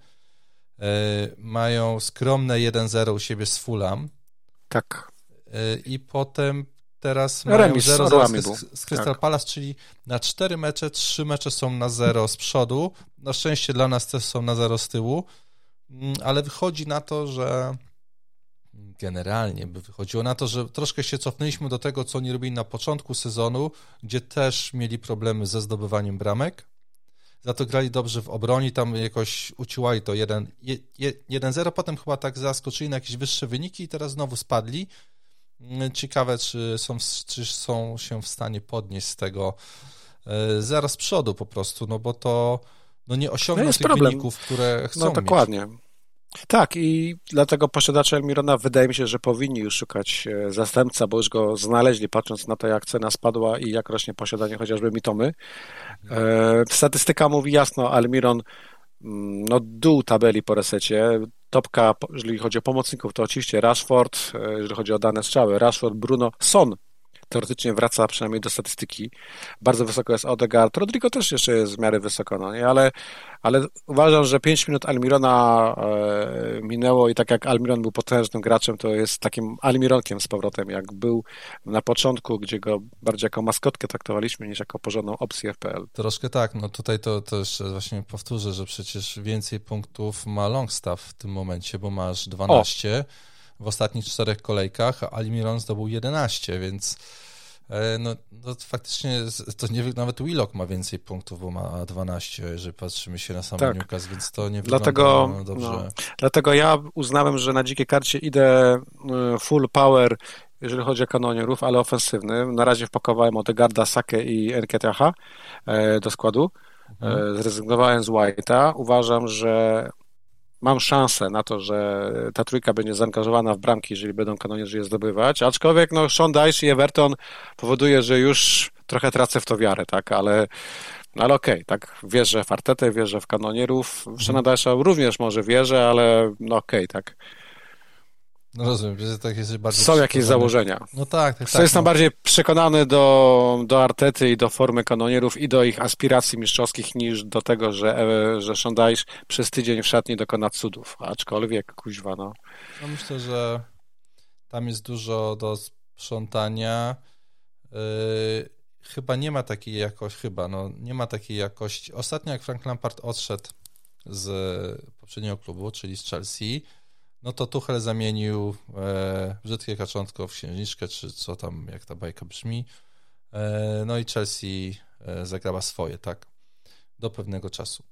A: Mają skromne 1-0 u siebie z Fulham.
B: Tak.
A: I potem teraz mają
B: remis
A: 0-0 z Crystal Palace, czyli na 4 mecze, 3 mecze są na 0 z przodu. Na szczęście dla nas też są na 0 z tyłu, ale wychodzi na to, że generalnie by wychodziło na to, że troszkę się cofnęliśmy do tego, co oni robili na początku sezonu, gdzie też mieli problemy ze zdobywaniem bramek. Za to grali dobrze w obronie, tam jakoś uciłali to 1-0, potem chyba tak zaskoczyli na jakieś wyższe wyniki i teraz znowu spadli. Ciekawe, czy są się w stanie podnieść z tego zaraz z przodu po prostu, no bo to nie osiągną tych wyników, które chcą mieć.
B: Dokładnie. Tak i dlatego posiadacze Almirona wydaje mi się, że powinni już szukać zastępca, bo już go znaleźli, patrząc na to, jak cena spadła i jak rośnie posiadanie chociażby Mitomy. Statystyka mówi jasno, Almiron dół tabeli po resecie. Topka, jeżeli chodzi o pomocników, to oczywiście Rashford, jeżeli chodzi o dane strzały, Rashford, Bruno, Son teoretycznie wraca przynajmniej do statystyki. Bardzo wysoko jest Odegaard. Rodrigo też jeszcze jest w miarę wysoko, no nie? Ale uważam, że 5 minut Almirona minęło i tak jak Almiron był potężnym graczem, to jest takim Almironkiem z powrotem, jak był na początku, gdzie go bardziej jako maskotkę traktowaliśmy niż jako porządną opcję FPL.
A: Troszkę tak, no tutaj to jeszcze właśnie powtórzę, że przecież więcej punktów ma Longstaff w tym momencie, bo masz 12 w ostatnich 4 kolejkach, a Almiron zdobył 11, więc no faktycznie to nawet Willock ma więcej punktów, bo ma 12, jeżeli patrzymy się na sam Newcastle, więc to nie wygląda dobrze.
B: Dlatego ja uznałem, że na dzikiej karcie idę full power, jeżeli chodzi o kanonierów, ale ofensywny. Na razie wpakowałem Odegaarda, Sakę i Nketiaha do składu. Zrezygnowałem z White'a. Uważam, że mam szansę na to, że ta trójka będzie zaangażowana w bramki, jeżeli będą kanonierzy je zdobywać, aczkolwiek Sean Dyche i Everton powoduje, że już trochę tracę w to wiarę, tak, ale okej, tak, wierzę w Artetę, wierzę w kanonierów, w Seana Dyche'a również może wierzę, ale okej, tak.
A: No rozumiem, że tak jest bardziej
B: Są jakieś
A: przekonany.
B: założenia.
A: No tak.
B: To jestem
A: no.
B: bardziej przekonany do Artety i do formy kanonierów i do ich aspiracji mistrzowskich niż do tego, że Sean Dyche przez tydzień w szatni dokona cudów. Aczkolwiek, kuźwa, no.
A: No myślę, że tam jest dużo do sprzątania. Chyba nie ma takiej jakości, nie ma takiej jakości. Ostatnio jak Frank Lampard odszedł z poprzedniego klubu, czyli z Chelsea, no to Tuchel zamienił brzydkie kaczątko w księżniczkę, czy co tam, jak ta bajka brzmi. No i Chelsea zagrała swoje, tak, do pewnego czasu.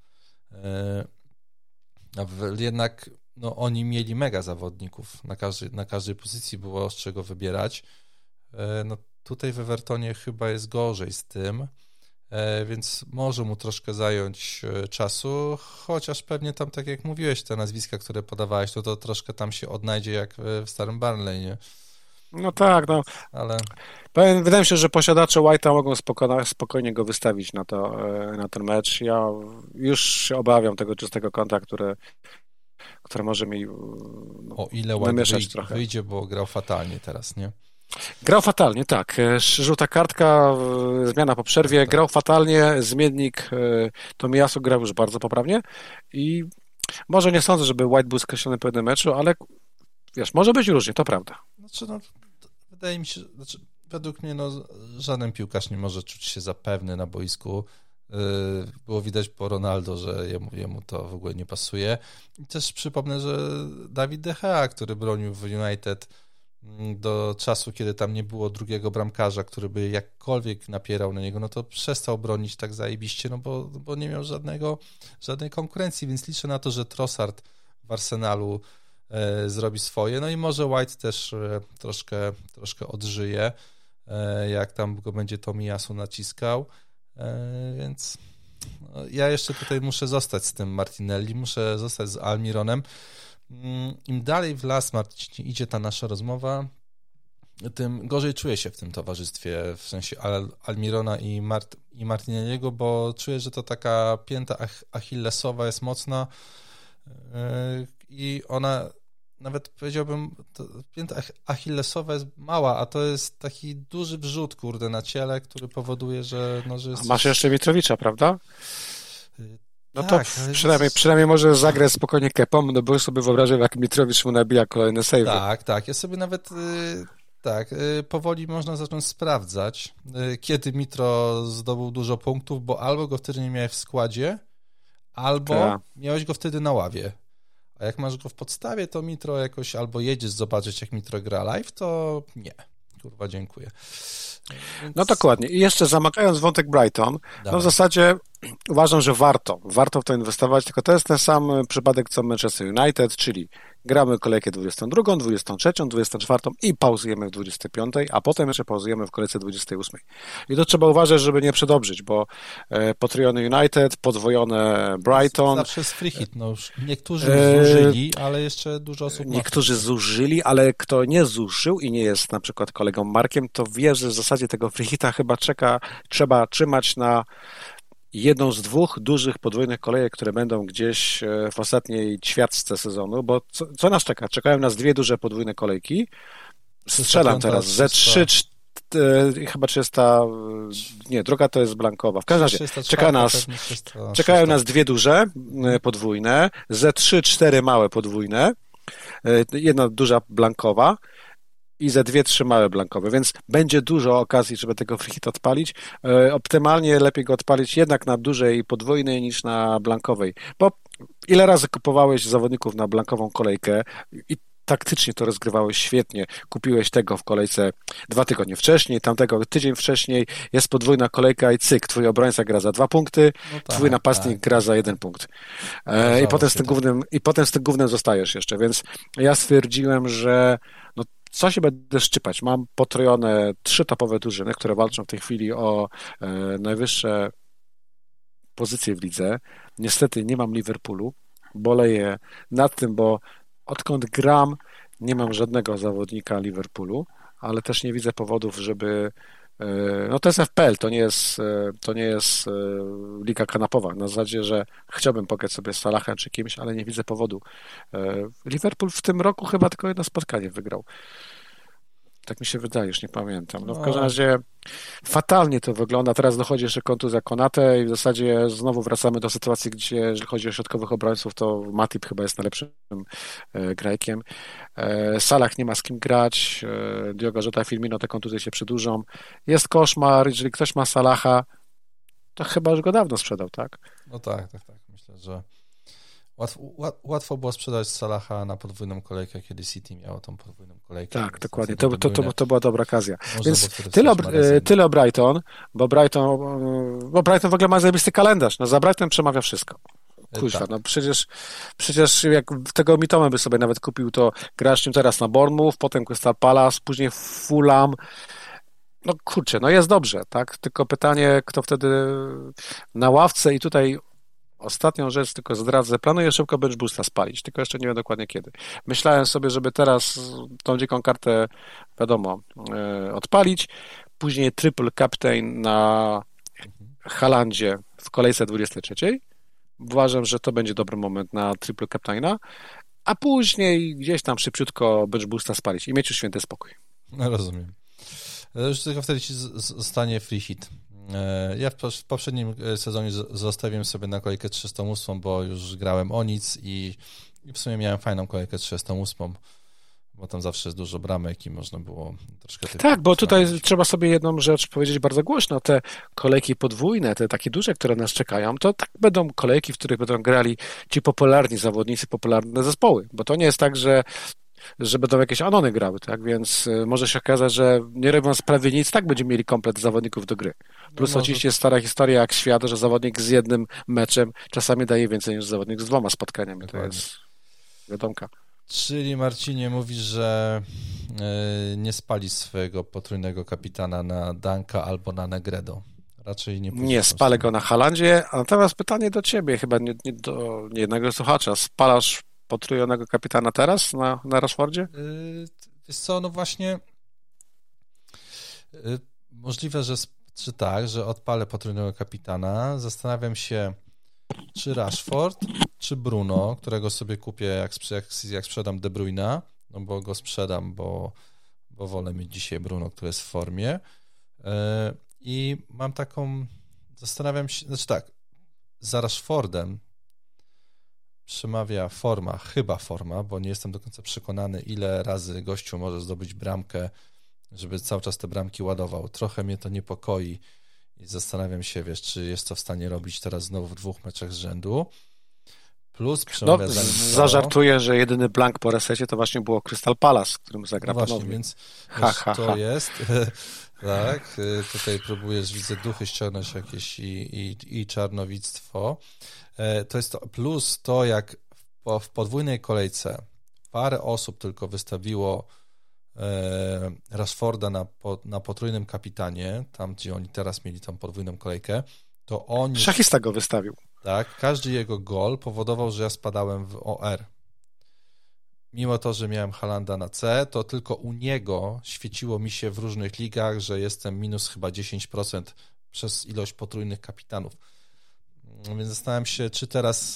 A: Jednak no, oni mieli mega zawodników, na każdej pozycji było z czego wybierać. No tutaj w Evertonie chyba jest gorzej z tym, więc może mu troszkę zająć czasu, chociaż pewnie tam, tak jak mówiłeś, te nazwiska, które podawałeś, to troszkę tam się odnajdzie jak w starym Burnley, nie?
B: No tak, no.
A: Ale...
B: Wydaje mi się, że posiadacze White'a mogą spokojnie go wystawić na ten mecz. Ja już się obawiam tego czystego kąta, które może mi
A: o ile White wyjdzie, bo grał fatalnie teraz, nie?
B: Grał fatalnie, tak. Żółta kartka, zmiana po przerwie. Tak. Grał fatalnie, zmiennik Tomiyasu grał już bardzo poprawnie i może nie sądzę, żeby White był skreślony po jednym meczu, ale wiesz, może być różnie, to prawda.
A: Wydaje mi się, według mnie żaden piłkarz nie może czuć się zapewny na boisku. Było widać po Ronaldo, że jemu to w ogóle nie pasuje. I też przypomnę, że David De Gea, który bronił w United do czasu, kiedy tam nie było drugiego bramkarza, który by jakkolwiek napierał na niego, no to przestał bronić tak zajebiście, no bo nie miał żadnej konkurencji, więc liczę na to, że Trossard w Arsenalu zrobi swoje, no i może White też troszkę odżyje, jak tam go będzie Tomiyasu naciskał, więc no, ja jeszcze tutaj muszę zostać z tym Martinelli, muszę zostać z Almironem. Im dalej w las, Marcin, idzie ta nasza rozmowa, tym gorzej czuję się w tym towarzystwie, w sensie Almirona i Martinelliego, bo czuję, że to taka pięta achillesowa jest mocna i ona, nawet powiedziałbym, pięta achillesowa jest mała, a to jest taki duży wrzód, kurde, na ciele, który powoduje, że... No, że jest...
B: Masz jeszcze Mitrowicza, prawda? No
A: tak,
B: to przynajmniej może zagrę spokojnie kepą, no bo sobie wyobrażam, jak Mitrowicz mu nabija kolejne save.
A: Tak, ja sobie nawet powoli można zacząć sprawdzać, kiedy Mitro zdobył dużo punktów, bo albo go wtedy nie miałeś w składzie, albo miałeś go wtedy na ławie. A jak masz go w podstawie, to Mitro jakoś albo jedziesz zobaczyć, jak Mitro gra live, to nie. Kurwa, dziękuję. Więc... No
B: dokładnie. I jeszcze zamykając wątek Brighton, no w zasadzie uważam, że warto w to inwestować, tylko to jest ten sam przypadek, co Manchester United, czyli gramy kolejkę 22, 23, 24 i pauzujemy w 25, a potem jeszcze pauzujemy w kolejce 28. I to trzeba uważać, żeby nie przedobrzyć, bo potrojone United, podwojone Brighton...
A: Zawsze jest free hit, no już niektórzy zużyli, ale jeszcze dużo osób...
B: Niektórzy zużyli, ale kto nie zużył i nie jest na przykład kolegą Markiem, to wie, że w zasadzie tego free hita chyba trzeba trzymać na jedną z dwóch dużych podwójnych kolejek, które będą gdzieś w ostatniej ćwiartce sezonu, bo co nas czeka? Czekają nas dwie duże podwójne kolejki. Strzelam teraz ze 3, chyba 300, nie, druga to jest blankowa. W każdym razie czekają nas dwie duże podwójne, ze 3-4 małe podwójne, jedna duża blankowa i ze 2-3 małe blankowe, więc będzie dużo okazji, żeby tego free hit odpalić. Optymalnie lepiej go odpalić jednak na dużej podwójnej niż na blankowej, bo ile razy kupowałeś zawodników na blankową kolejkę i taktycznie to rozgrywałeś świetnie. Kupiłeś tego w kolejce 2 tygodnie wcześniej, tamtego tydzień wcześniej, jest podwójna kolejka i cyk, twój obrońca gra za 2 punkty, twój napastnik gra za 1 punkt. I potem z tym gównem zostajesz jeszcze, więc ja stwierdziłem, że no, co się będę szczypać? Mam potrojone 3 topowe drużyny, które walczą w tej chwili o najwyższe pozycje w lidze. Niestety nie mam Liverpoolu, boleję nad tym, bo odkąd gram, nie mam żadnego zawodnika Liverpoolu, ale też nie widzę powodów, żeby No to jest FPL, to nie jest liga kanapowa. Na zasadzie, że chciałbym pograć sobie z Salahem czy kimś, ale nie widzę powodu. Liverpool w tym roku chyba tylko jedno spotkanie wygrał. Tak mi się wydaje, już nie pamiętam. No w każdym razie fatalnie to wygląda. Teraz dochodzi jeszcze kontuzja Konate i w zasadzie znowu wracamy do sytuacji, gdzie jeżeli chodzi o środkowych obrońców, to Matip chyba jest najlepszym grajkiem. Salah nie ma z kim grać. Diogo Jota, Firmino, te kontuzje się przedłużą. Jest koszmar. Jeżeli ktoś ma Salaha, to chyba już go dawno sprzedał, tak?
A: No tak. Myślę, że łatwo było sprzedać Salaha na podwójną kolejkę, kiedy City miało tą podwójną kolejkę.
B: Tak, dokładnie. To była dobra okazja. Więc
A: tyle
B: tyle o Brighton, bo Brighton w ogóle ma zajebisty kalendarz. No za Brighton przemawia wszystko. Kuźwa,
A: tak.
B: no przecież jak tego Mitoma by sobie nawet kupił, to grasz nim teraz na Bournemouth, potem Crystal Palace, później Fulham. No kurczę, no jest dobrze, tak? Tylko pytanie, kto wtedy na ławce i tutaj ostatnią rzecz tylko zdradzę. Planuję szybko bench boosta spalić, tylko jeszcze nie wiem dokładnie kiedy. Myślałem sobie, żeby teraz tą dziką kartę, wiadomo, odpalić, później triple captain na Haalandzie w kolejce 23. Uważam, że to będzie dobry moment na triple captaina, a później gdzieś tam szybciutko bench boosta spalić i mieć już święty spokój.
A: No rozumiem. Już tylko wtedy ci zostanie free hit. Ja w poprzednim sezonie zostawiłem sobie na kolejkę 308, bo już grałem o nic i w sumie miałem fajną kolejkę 308, bo tam zawsze jest dużo bramek i można było troszkę...
B: Tak, bo tutaj trzeba sobie jedną rzecz powiedzieć bardzo głośno. Te kolejki podwójne, te takie duże, które nas czekają, to tak będą kolejki, w których będą grali ci popularni zawodnicy, popularne zespoły, bo to nie jest tak, że będą jakieś anony grały, tak? Więc może się okazać, że nie robiąc prawie nic, tak będziemy mieli komplet zawodników do gry. Plus oczywiście jest stara historia jak świat, że zawodnik z jednym meczem czasami daje więcej niż zawodnik z 2 spotkaniami. Dokładnie. To jest wiadomka.
A: Czyli Marcinie mówisz, że nie spali swojego potrójnego kapitana na Danka albo na Negredo. Raczej nie.
B: Nie, spalę go na Haalandzie, natomiast pytanie do ciebie, chyba nie do jednego słuchacza. Spalasz potrójnego kapitana teraz na Rashfordzie?
A: Wiesz co, no właśnie możliwe, że tak, że odpalę potrójnego kapitana. Zastanawiam się, czy Rashford, czy Bruno, którego sobie kupię, jak sprzedam De Bruyne'a, no bo go sprzedam, bo wolę mieć dzisiaj Bruno, który jest w formie. I mam taką, zastanawiam się, znaczy tak, za Rashfordem przemawia forma, bo nie jestem do końca przekonany, ile razy gościu może zdobyć bramkę, żeby cały czas te bramki ładował. Trochę mnie to niepokoi i zastanawiam się, wiesz, czy jest to w stanie robić teraz znowu w 2 meczach z rzędu. Plus przemawia
B: zażartuję, że jedyny blank po resecie to właśnie było Crystal Palace, którym zagra
A: właśnie,
B: ponownie.
A: Więc to jest. Tak, tutaj próbujesz, widzę, duchy ściągnąć jakieś i czarnowictwo. To jest to, plus to, jak w podwójnej kolejce parę osób tylko wystawiło Rashforda na potrójnym kapitanie, tam gdzie oni teraz mieli tą podwójną kolejkę, to oni...
B: Szachista go wystawił.
A: Tak, każdy jego gol powodował, że ja spadałem w OR. Mimo to, że miałem Haalanda na C, to tylko u niego świeciło mi się w różnych ligach, że jestem minus chyba 10% przez ilość potrójnych kapitanów. Więc zastanawiam się, czy teraz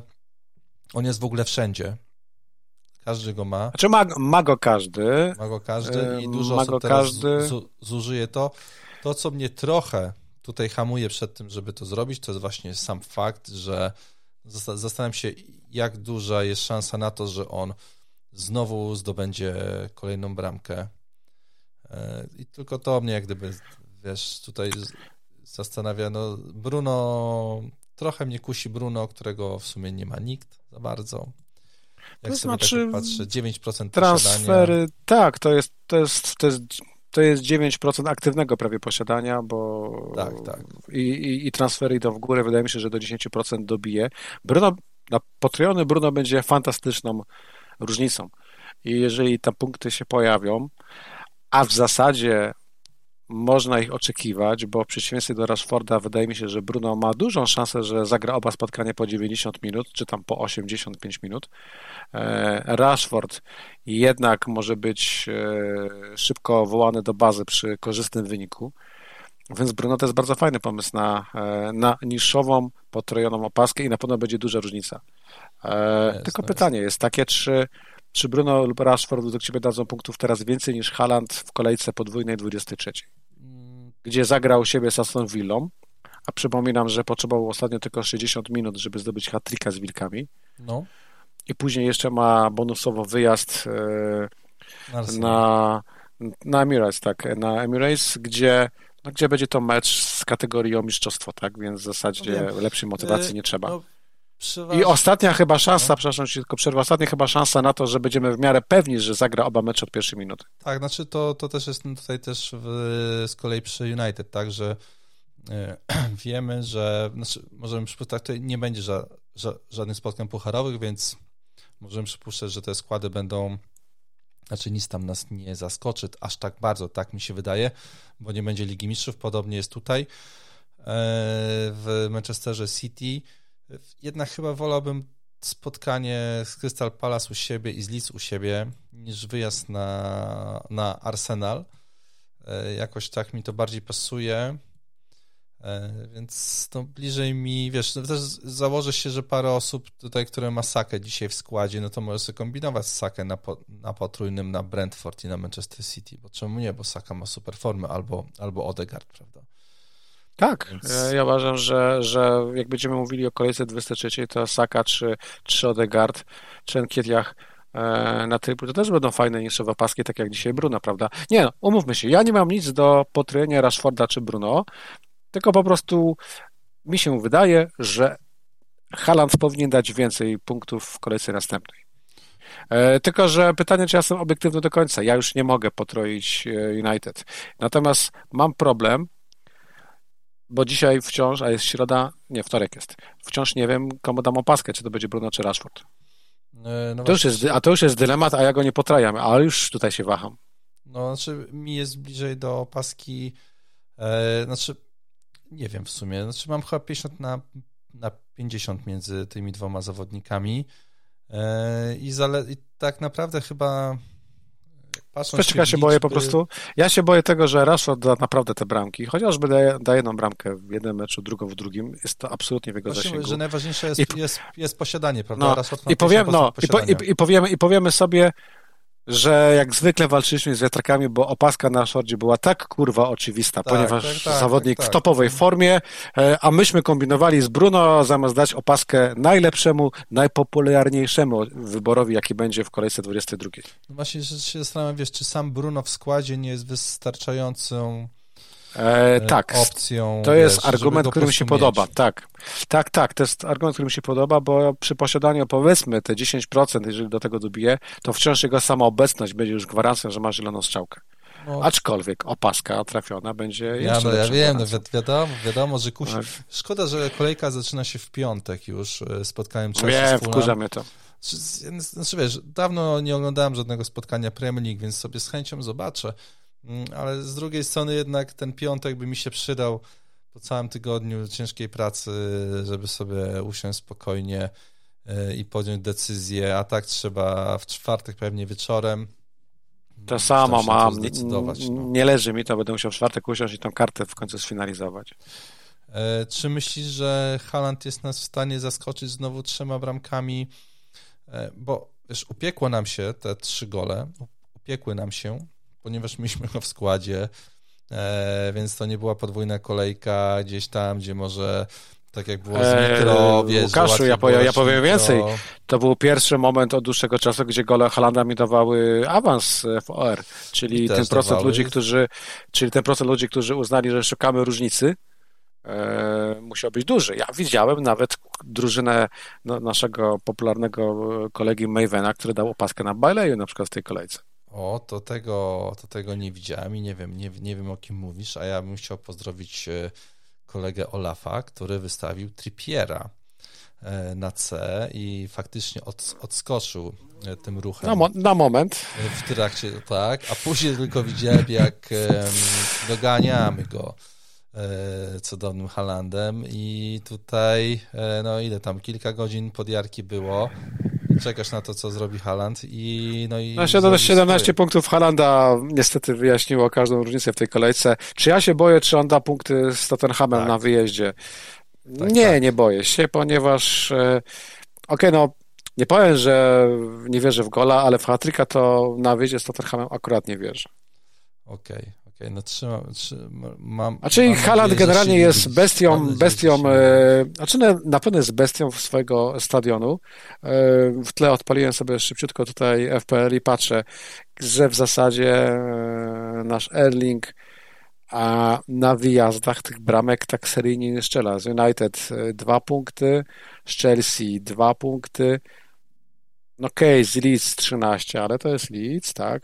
A: on jest w ogóle wszędzie. Każdy go ma.
B: Znaczy ma go każdy.
A: Ma go każdy i dużo osób teraz zużyje to. To, co mnie trochę tutaj hamuje przed tym, żeby to zrobić, to jest właśnie sam fakt, że zastanawiam się, jak duża jest szansa na to, że on znowu zdobędzie kolejną bramkę. I tylko to mnie jak gdyby, wiesz, tutaj zastanawia. No Bruno, trochę mnie kusi Bruno, którego w sumie nie ma nikt za bardzo. Jak
B: to
A: sobie
B: znaczy,
A: tak patrzę, 9%
B: transfery, tak, to jest 9% aktywnego prawie posiadania, bo
A: tak.
B: I transfery idą w górę, wydaje mi się, że do 10% dobije. Potrojony Bruno będzie fantastyczną różnicą. I jeżeli te punkty się pojawią, a w zasadzie można ich oczekiwać, bo w przeciwieństwie do Rashforda wydaje mi się, że Bruno ma dużą szansę, że zagra oba spotkania po 90 minut, czy tam po 85 minut. Rashford jednak może być szybko wołany do bazy przy korzystnym wyniku, więc Bruno to jest bardzo fajny pomysł na niższową, potrojoną opaskę i na pewno będzie duża różnica. Tylko pytanie jest takie, czy Bruno lub Rashford według Ciebie dadzą punktów teraz więcej niż Haaland w kolejce podwójnej 23, gdzie zagrał siebie z Aston Villą, a przypominam, że potrzebował ostatnio tylko 60 minut, żeby zdobyć hat-tricka z Wilkami.
A: No.
B: I później jeszcze ma bonusowo wyjazd na Emirates, tak, na Emirates, gdzie będzie to mecz z kategorią mistrzostwo, tak, więc w zasadzie lepszej motywacji nie trzeba. I ostatnia chyba szansa, przepraszam, ci tylko przerwę, ostatnia chyba szansa na to, że będziemy w miarę pewni, że zagra oba mecze od pierwszej minuty.
A: Tak, znaczy to też jest tutaj też z kolei przy United, tak, że wiemy, że możemy przypuszczać, tutaj nie będzie żadnych spotkań pucharowych, więc możemy przypuszczać, że te składy będą, znaczy nic tam nas nie zaskoczy aż tak bardzo, tak mi się wydaje, bo nie będzie Ligi Mistrzów, podobnie jest tutaj w Manchesterze City. Jednak chyba wolałbym spotkanie z Crystal Palace u siebie i z Leeds u siebie, niż wyjazd na Arsenal. Jakoś tak mi to bardziej pasuje, więc to bliżej mi, wiesz, też założę się, że parę osób tutaj, które ma Sakę dzisiaj w składzie, no to może sobie kombinować Sakę na potrójnym na Brentford i na Manchester City, bo czemu nie, bo Saka ma super formę, albo Odegaard, prawda?
B: Tak, więc... ja uważam, że jak będziemy mówili o kolejce 23, to Saka czy Odegaard, czy Nketiah na typu, to też będą fajne niszowe paski, tak jak dzisiaj Bruno, prawda? Nie, no, umówmy się, ja nie mam nic do potrojenia Rashforda czy Bruno, tylko po prostu mi się wydaje, że Haaland powinien dać więcej punktów w kolejce następnej. Tylko, że pytanie, czy ja jestem obiektywny do końca. Ja już nie mogę potroić United. Natomiast mam problem, bo dzisiaj wciąż, a jest środa, nie, wtorek jest, wciąż nie wiem, komu dam opaskę, czy to będzie Bruno, czy Rashford. No to już jest dylemat, a ja go nie potrajam, ale już tutaj się waham.
A: No, znaczy mi jest bliżej do opaski, znaczy nie wiem w sumie, znaczy mam chyba 50 na 50 między tymi dwoma zawodnikami i tak naprawdę chyba patrząc...
B: Ja się boję po prostu. Ja się boję tego, że Rashford da naprawdę te bramki. Chociażby da jedną bramkę w jednym meczu, drugą w drugim. Jest to absolutnie w jego zasięgu.
A: Że najważniejsze jest posiadanie, prawda?
B: No,
A: Rashford
B: i powiemy sobie, że jak zwykle walczyliśmy z wiatrakami, bo opaska na Rashfordzie była tak kurwa oczywista, ponieważ zawodnik w topowej formie, a myśmy kombinowali z Bruno, zamiast dać opaskę najlepszemu, najpopularniejszemu wyborowi, jaki będzie w kolejce 22.
A: No właśnie, że się zastanawiam, wiesz, czy sam Bruno w składzie nie jest wystarczającą opcją.
B: To jest argument, który mi się podoba. Tak, to jest argument, który mi się podoba, bo przy posiadaniu powiedzmy te 10%, jeżeli do tego dobije, to wciąż jego sama obecność będzie już gwarancją, że ma zieloną strzałkę. No. Aczkolwiek opaska trafiona będzie jeszcze lepsza.
A: Ja wiem, wiadomo, że kusi. Tak. Szkoda, że kolejka zaczyna się w piątek już spotkaniem Chelsea.
B: Wiem, wkurza mnie to.
A: Znaczy wiesz, dawno nie oglądałem żadnego spotkania Premier League, więc sobie z chęcią zobaczę. Ale z drugiej strony jednak ten piątek by mi się przydał po całym tygodniu ciężkiej pracy, żeby sobie usiąść spokojnie i podjąć decyzję, a tak trzeba w czwartek pewnie wieczorem.
B: To samo mam, nie leży mi to, będę musiał w czwartek usiąść i tą kartę w końcu sfinalizować.
A: Czy myślisz, że Haaland jest nas w stanie zaskoczyć znowu 3 bramkami? Bo wiesz, upiekło nam się te 3 gole, upiekły nam się, ponieważ mieliśmy go w składzie, więc to nie była podwójna kolejka gdzieś tam, gdzie może tak jak było z mikro, wiesz,
B: Łukaszu, ja powiem więcej. To był pierwszy moment od dłuższego czasu, gdzie gole Haalanda mi dawały awans w OR, czyli ten procent ludzi, którzy uznali, że szukamy różnicy, musiał być duży. Ja widziałem nawet drużynę naszego popularnego kolegi Mavena, który dał opaskę na Baileyu na przykład w tej kolejce.
A: O, to tego nie widziałem i nie wiem o kim mówisz, a ja bym chciał pozdrowić kolegę Olafa, który wystawił Trippiera na C i faktycznie odskoczył tym ruchem.
B: Na moment.
A: W trakcie, tak, a później tylko widziałem, jak doganiamy go cudownym Haalandem i tutaj, no ile tam, kilka godzin podjarki było. Czekasz na to, co zrobi Haaland i...
B: 17 punktów Haalanda niestety wyjaśniło każdą różnicę w tej kolejce. Czy ja się boję, czy on da punkty z Tottenhamem na wyjeździe? Tak. Nie boję się, ponieważ nie powiem, że nie wierzę w gola, ale w hat-tricka to na wyjeździe z Tottenhamem akurat nie wierzę.
A: Okej. No mam...
B: Haaland generalnie jest bestią, na pewno jest bestią swojego stadionu. W tle odpaliłem sobie szybciutko tutaj FPL i patrzę, że w zasadzie nasz Erling a na wyjazdach tych bramek tak seryjnie nie strzela. Z United 2 punkty, z Chelsea 2 punkty, z Leeds 13, ale to jest Leeds, tak?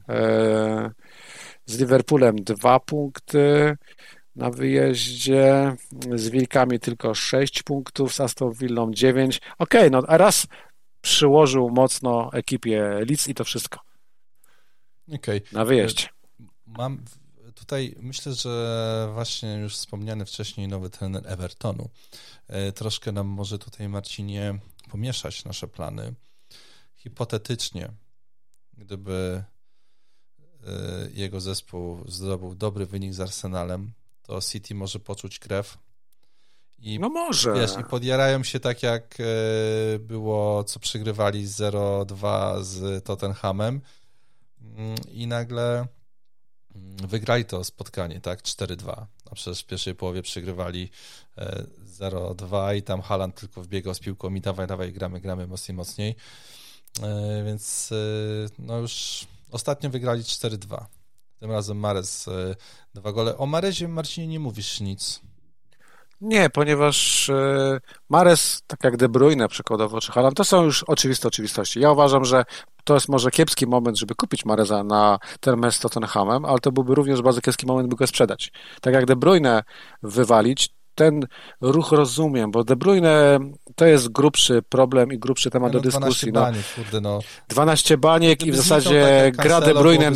B: Z Liverpoolem 2 punkty na wyjeździe, z Wilkami tylko 6 punktów, z Aston Villą 9. A raz przyłożył mocno ekipie Leeds i to wszystko. Na wyjeździe.
A: Mam tutaj, myślę, że właśnie już wspomniany wcześniej nowy trener Evertonu troszkę nam może tutaj, Marcinie, pomieszać nasze plany. Hipotetycznie, gdyby jego zespół zdobył dobry wynik z Arsenalem, to City może poczuć krew.
B: Może.
A: I podjarają się tak, jak było, co przegrywali 0-2 z Tottenhamem i nagle wygrali to spotkanie, tak? 4-2. A przecież w pierwszej połowie przegrywali 0-2 i tam Haaland tylko wbiegał z piłką i dawaj, gramy mocniej. Więc już ostatnio wygrali 4-2. Tym razem Mahrez 2 gole. O Mahrezie, Marcinie, nie mówisz nic.
B: Nie, ponieważ Mahrez, tak jak De Bruyne przykładowo, czy Haaland, to są już oczywiste oczywistości. Ja uważam, że to jest może kiepski moment, żeby kupić Mahreza na ten mecz z Tottenhamem, ale to byłby również bardzo kiepski moment, by go sprzedać. Tak jak De Bruyne wywalić, ten ruch rozumiem, bo De Bruyne to jest grubszy problem i grubszy temat do dyskusji. 12 baniek i w zasadzie gra De Bruyne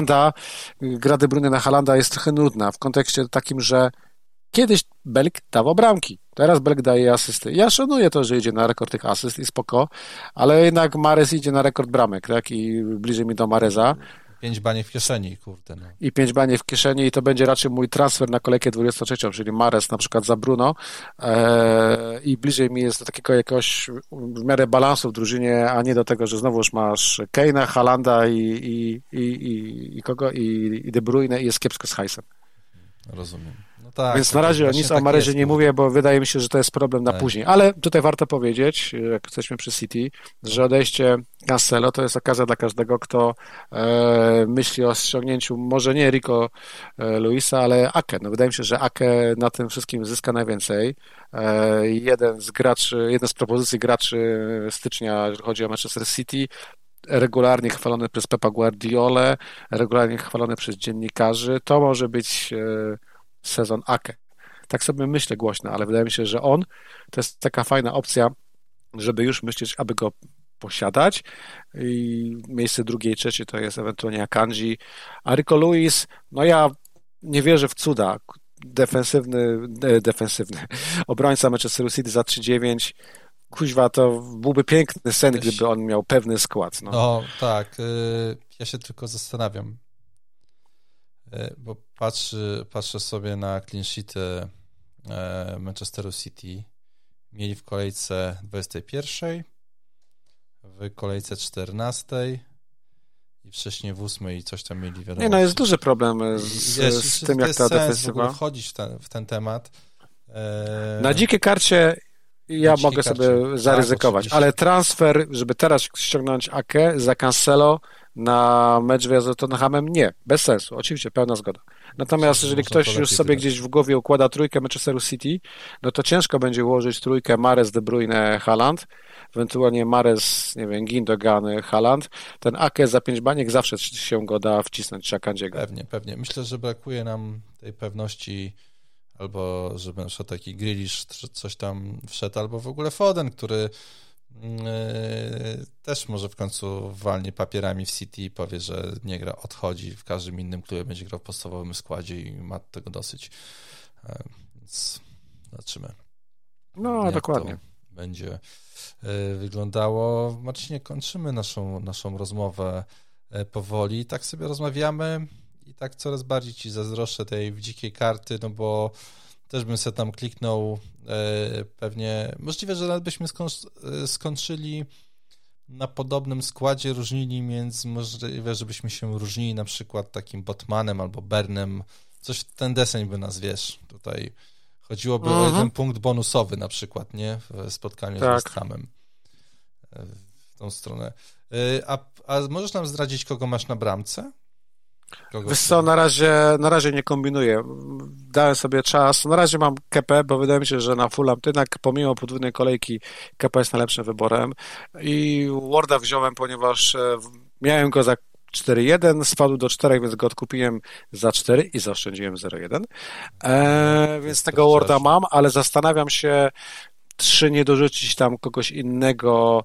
B: na Haalanda jest trochę nudna w kontekście takim, że kiedyś Belg dawał bramki, teraz Belg daje asysty. Ja szanuję to, że idzie na rekord tych asyst i spoko, ale jednak Mahrez idzie na rekord bramek, tak? I bliżej mi do Mahreza.
A: 5 baniek w kieszeni, kurde.
B: I 5 baniek w kieszeni i to będzie raczej mój transfer na kolejkę 23, czyli Mahrez na przykład za Bruno i bliżej mi jest do takiego jakiegoś w miarę balansu w drużynie, a nie do tego, że znowuż masz Kane'a, Haalanda i kogo? I De Bruyne i jest kiepsko z hajsem.
A: Rozumiem.
B: Tak, więc na razie nic o Mahrezie nie mówię, bo wydaje mi się, że to jest problem na później. Ale tutaj warto powiedzieć, jak jesteśmy przy City, że odejście Cancelo to jest okazja dla każdego, kto myśli o ściągnięciu może nie Rico Luisa, ale Ake. Wydaje mi się, że Ake na tym wszystkim zyska najwięcej. Jeden z propozycji graczy stycznia, jeżeli chodzi o Manchester City, regularnie chwalony przez Pepa Guardiolę, regularnie chwalony przez dziennikarzy, to może być sezon Ake. Tak sobie myślę głośno, ale wydaje mi się, że on to jest taka fajna opcja, żeby już myśleć, aby go posiadać i miejsce drugie i trzecie to jest ewentualnie Akanji. A Rico Lewis, ja nie wierzę w cuda. Defensywny obrońca Manchesteru City za 3,9. Kuźwa, to byłby piękny sen, gdyby on miał pewny skład.
A: Tak. Ja się tylko zastanawiam, bo patrzę sobie na clean sheety Manchesteru City. Mieli w kolejce 21, w kolejce 14 i wcześniej w 8 i coś tam mieli, wiadomo.
B: Jest duży problem z tym, jak ta defensywa.
A: Wchodzić w ten temat.
B: Na dzikiej karcie mogę sobie zaryzykować, ale transfer, żeby teraz ściągnąć Ake za Cancelo na mecz wyjazdu z Tottenhamem, nie, bez sensu, oczywiście, pełna zgoda. Natomiast jeżeli ktoś już sobie gdzieś w głowie układa trójkę Manchesteru City, to ciężko będzie ułożyć trójkę Mahrez, De Bruyne, Haaland, ewentualnie Mahrez, nie wiem, Gundogan, Haaland. Ten Ake za 5 baniek zawsze się go da wcisnąć, czy Akanjiego.
A: Pewnie. Myślę, że brakuje nam tej pewności albo żeby na przykład taki Grealish coś tam wszedł, albo w ogóle Foden, który też może w końcu walnie papierami w City i powie, że nie gra, odchodzi, w każdym innym klubie będzie grał w podstawowym składzie i ma tego dosyć. Więc zobaczymy.
B: No, dokładnie.
A: Będzie wyglądało. Marcinie, kończymy naszą rozmowę powoli. Tak sobie rozmawiamy i tak coraz bardziej ci zazdroszczę tej dzikiej karty, no bo też bym sobie tam kliknął pewnie, możliwe, że nawet byśmy skończyli na podobnym składzie, różnili między, możliwe, żebyśmy się różnili na przykład takim Botmanem albo Bernem, coś w ten deseń by nas, wiesz, tutaj chodziłoby o 1 punkt bonusowy na przykład, nie? W spotkaniu z West Hamem. W tą stronę. A możesz nam zdradzić, kogo masz na bramce?
B: Wiesz co, na razie nie kombinuję. Dałem sobie czas. Na razie mam Kepę, bo wydaje mi się, że na Fulham to jednak pomimo podwójnej kolejki Kepa jest najlepszym wyborem. I Warda wziąłem, ponieważ miałem go za 4,1, spadł do 4, więc go odkupiłem za 4 i zaoszczędziłem 0,1. Więc tego Warda mam, ale zastanawiam się, czy nie dorzucić tam kogoś innego,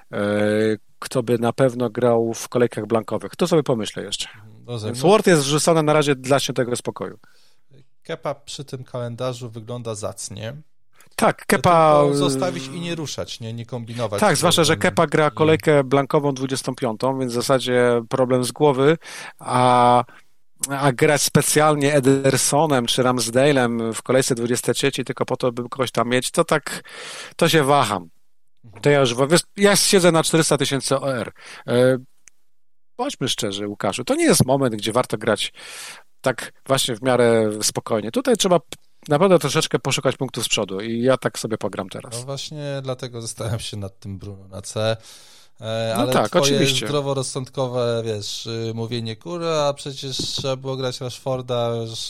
B: kto by na pewno grał w kolejkach blankowych. To sobie pomyślę jeszcze. Więc Ward jest wrzucony na razie dla świętego spokoju.
A: Kepa przy tym kalendarzu wygląda zacnie.
B: Tak, Kepa...
A: Zostawić i nie ruszać, nie kombinować.
B: Tak, zwłaszcza, że Kepa gra kolejkę blankową 25, więc w zasadzie problem z głowy, a grać specjalnie Edersonem czy Ramsdale'em w kolejce 23 tylko po to, by kogoś tam mieć, to tak, to się waham. To ja siedzę na 400 000 OR. Bądźmy szczerzy, Łukaszu, to nie jest moment, gdzie warto grać tak właśnie w miarę spokojnie. Tutaj trzeba naprawdę troszeczkę poszukać punktów z przodu i ja tak sobie pogram teraz.
A: No właśnie dlatego zastanawiam się nad tym Bruno na C. Ale
B: no tak,
A: twoje
B: oczywiście.
A: zdroworozsądkowe, wiesz, mówienie a przecież trzeba było grać Rashforda,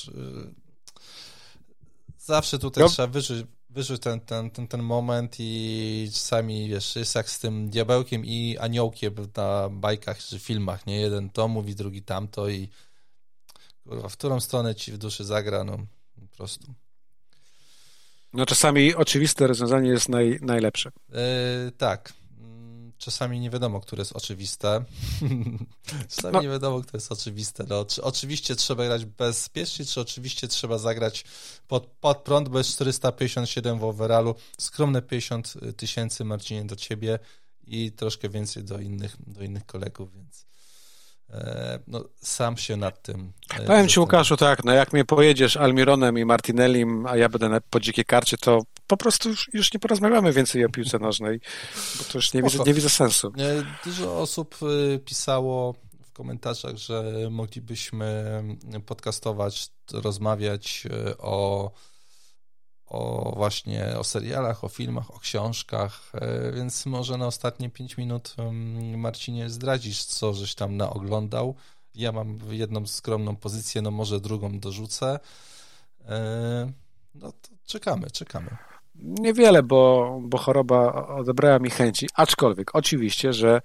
A: zawsze tutaj trzeba wyczuć ten moment i czasami, wiesz, jest jak z tym diabełkiem i aniołkiem na bajkach czy filmach, nie? Jeden to mówi, drugi tamto i kurwa, w którą stronę ci w duszy zagra, no po prostu.
B: No czasami oczywiste rozwiązanie jest najlepsze.
A: Tak. Czasami nie wiadomo, które jest oczywiste. Czasami nie wiadomo, które jest oczywiste. No, czy oczywiście trzeba grać bezpiecznie, czy oczywiście trzeba zagrać pod prąd, bo jest 457 w overallu, skromne 50 000, Marcinie, do ciebie i troszkę więcej do innych kolegów, więc no, sam się nad tym...
B: Powiem ci, Łukaszu, tak, no jak mnie pojedziesz Almironem i Martinellim, a ja będę po dzikiej karcie, to po prostu już nie porozmawiamy więcej o piłce nożnej, bo to już nie widzę sensu.
A: Dużo osób pisało w komentarzach, że moglibyśmy podcastować, rozmawiać właśnie o serialach, o filmach, o książkach, więc może na ostatnie 5 minut, Marcinie, zdradzisz, co żeś tam naoglądał. Ja mam jedną skromną pozycję, no może drugą dorzucę. No to czekamy.
B: Niewiele, bo choroba odebrała mi chęci, aczkolwiek oczywiście, że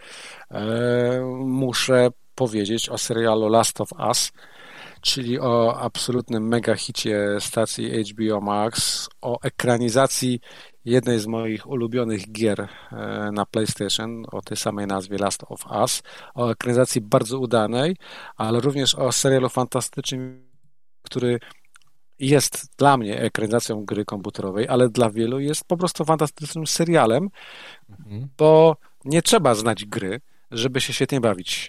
B: muszę powiedzieć o serialu Last of Us, czyli o absolutnym mega hicie stacji HBO Max, o ekranizacji jednej z moich ulubionych gier na PlayStation, o tej samej nazwie Last of Us, o ekranizacji bardzo udanej, ale również o serialu fantastycznym, który jest dla mnie ekranizacją gry komputerowej, ale dla wielu jest po prostu fantastycznym serialem, bo nie trzeba znać gry, żeby się świetnie bawić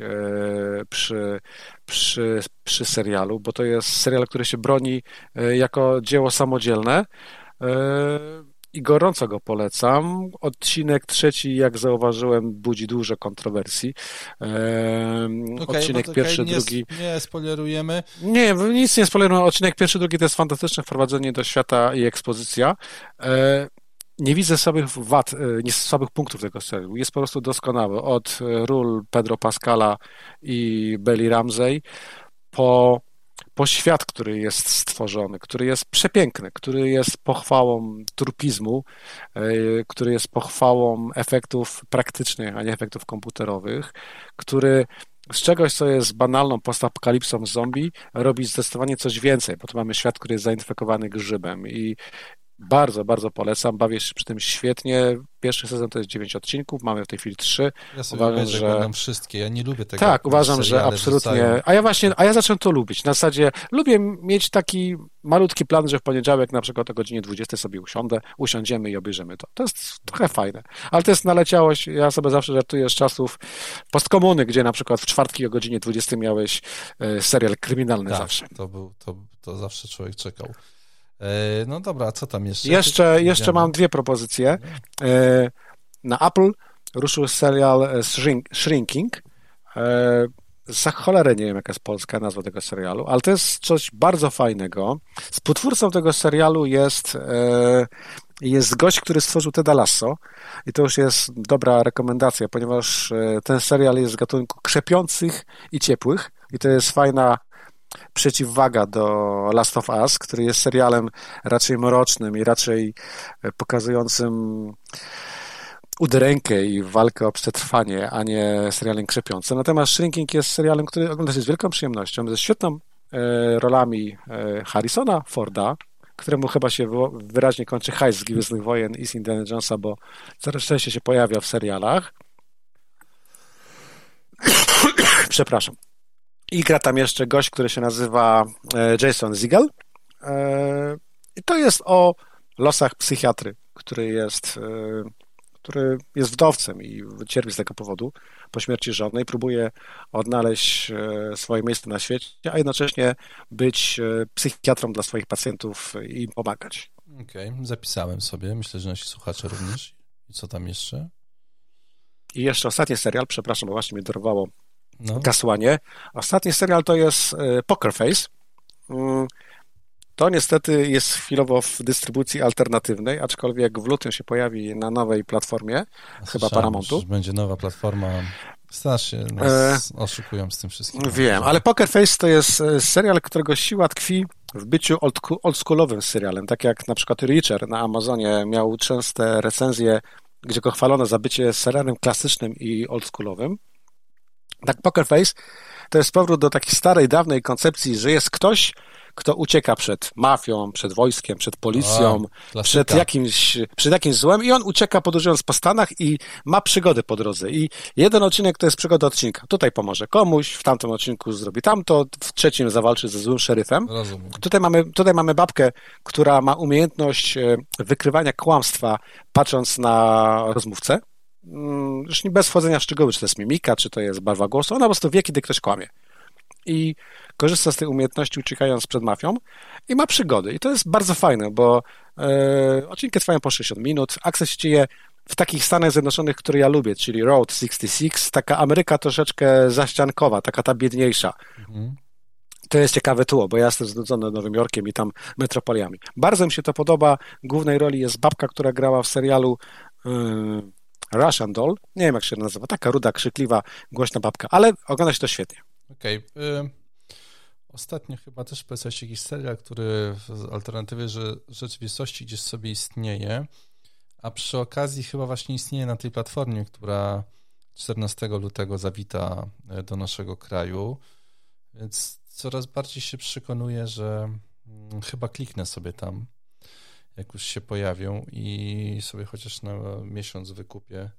B: przy serialu, bo to jest serial, który się broni jako dzieło samodzielne i gorąco go polecam. Odcinek 3, jak zauważyłem, budzi dużo kontrowersji. Odcinek pierwszy, drugi...
A: Nie spoilerujemy.
B: Nie, nic nie spoilerujemy. Odcinek pierwszy, drugi to jest fantastyczne wprowadzenie do świata i ekspozycja. Nie widzę słabych punktów tego serialu. Jest po prostu doskonały. Od ról Pedro Pascala i Belly Ramsey po świat, który jest stworzony, który jest przepiękny, który jest pochwałą turpizmu, który jest pochwałą efektów praktycznych, a nie efektów komputerowych, który z czegoś, co jest banalną postapokalipsą zombie, robić zdecydowanie coś więcej, bo tu mamy świat, który jest zainfekowany grzybem i bardzo, bardzo polecam. Bawię się przy tym świetnie. Pierwszy sezon to jest 9 odcinków, mamy w tej chwili 3.
A: Ja sobie oglądam wszystkie, ja nie lubię tego.
B: Tak, uważam, że absolutnie.
A: Wrzucają.
B: A ja zacząłem to lubić. Na zasadzie lubię mieć taki malutki plan, że w poniedziałek na przykład o godzinie 20 sobie usiądziemy i obejrzymy to. To jest trochę fajne. Ale to jest naleciałość, ja sobie zawsze żartuję z czasów postkomuny, gdzie na przykład w czwartki o godzinie 20 miałeś serial kryminalny
A: Tak,
B: zawsze.
A: to zawsze człowiek czekał. No dobra, a co tam jeszcze?
B: Jeszcze mam 2 propozycje. Na Apple ruszył serial Shrinking. Za cholerę nie wiem, jaka jest polska nazwa tego serialu, ale to jest coś bardzo fajnego. Współtwórcą tego serialu jest gość, który stworzył Teda Lasso i to już jest dobra rekomendacja, ponieważ ten serial jest z gatunku krzepiących i ciepłych i to jest fajna przeciwwaga do Last of Us, który jest serialem raczej mrocznym i raczej pokazującym udrękę i walkę o przetrwanie, a nie serialem krzepiącym. Natomiast Shrinking jest serialem, który ogląda się z wielką przyjemnością, ze świetną rolami Harrisona Forda, któremu chyba się wyraźnie kończy hajs z Gwiezdnych Wojen i z Indiana Jonesa, bo coraz częściej się pojawia w serialach. Przepraszam. I gra tam jeszcze gość, który się nazywa Jason Segel. I to jest o losach psychiatry, który jest wdowcem i cierpi z tego powodu po śmierci żony i próbuje odnaleźć swoje miejsce na świecie, a jednocześnie być psychiatrą dla swoich pacjentów i im pomagać.
A: Okej, zapisałem sobie. Myślę, że nasi słuchacze również. I co tam jeszcze?
B: I jeszcze ostatni serial, przepraszam, bo właśnie mnie dorwało kasłanie. Ostatni serial to jest Poker Face. To niestety jest chwilowo w dystrybucji alternatywnej, aczkolwiek w lutym się pojawi na nowej platformie, chyba Paramountu.
A: Będzie nowa platforma. Strasznie nas oszukują z tym wszystkim.
B: Wiem, ale Poker Face to jest serial, którego siła tkwi w byciu oldschoolowym serialem, tak jak na przykład Reacher na Amazonie miał częste recenzje, gdzie go chwalono za bycie serialem klasycznym i oldschoolowym. Tak Poker Face to jest powrót do takiej starej, dawnej koncepcji, że jest ktoś, kto ucieka przed mafią, przed wojskiem, przed policją, przed jakimś złem i on ucieka podróżując po Stanach i ma przygody po drodze. I jeden odcinek to jest przygoda odcinka. Tutaj pomoże komuś, w tamtym odcinku zrobi tamto, w trzecim zawalczy ze złym szeryfem.
A: Rozumiem.
B: Tutaj mamy babkę, która ma umiejętność wykrywania kłamstwa, patrząc na rozmówcę. Już nie bez wchodzenia w szczegóły, czy to jest mimika, czy to jest barwa głosu. Ona po prostu wie, kiedy ktoś kłamie. I korzysta z tej umiejętności uciekając przed mafią i ma przygody. I to jest bardzo fajne, bo odcinki trwają po 60 minut. Akcja się dzieje w takich Stanach Zjednoczonych, które ja lubię, czyli Route 66, taka Ameryka troszeczkę zaściankowa, taka ta biedniejsza. Mhm. To jest ciekawe tło, bo ja jestem znudzony Nowym Jorkiem i tam metropoliami. Bardzo mi się to podoba. W głównej roli jest babka, która grała w serialu Russian Doll. Nie wiem, jak się nazywa. Taka ruda, krzykliwa, głośna babka, ale ogląda się to świetnie.
A: Okej. Ostatnio chyba też polecałeś jakiś serial, który w alternatywie rzeczywistości gdzieś sobie istnieje, a przy okazji chyba właśnie istnieje na tej platformie, która 14 lutego zawita do naszego kraju, więc coraz bardziej się przekonuję, że chyba kliknę sobie tam, jak już się pojawią i sobie chociaż na miesiąc wykupię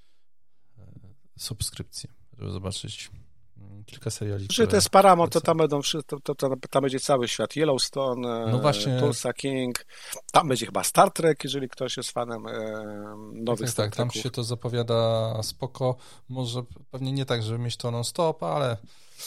A: subskrypcję, żeby zobaczyć kilka seriali.
B: Że to jest Paramount, to tam tam będzie cały świat. Yellowstone,
A: no właśnie,
B: Tulsa King, tam będzie chyba Star Trek, jeżeli ktoś jest fanem nowych Star Treków.
A: Tam się to zapowiada spoko. Może pewnie nie tak, żeby mieć to non-stop, ale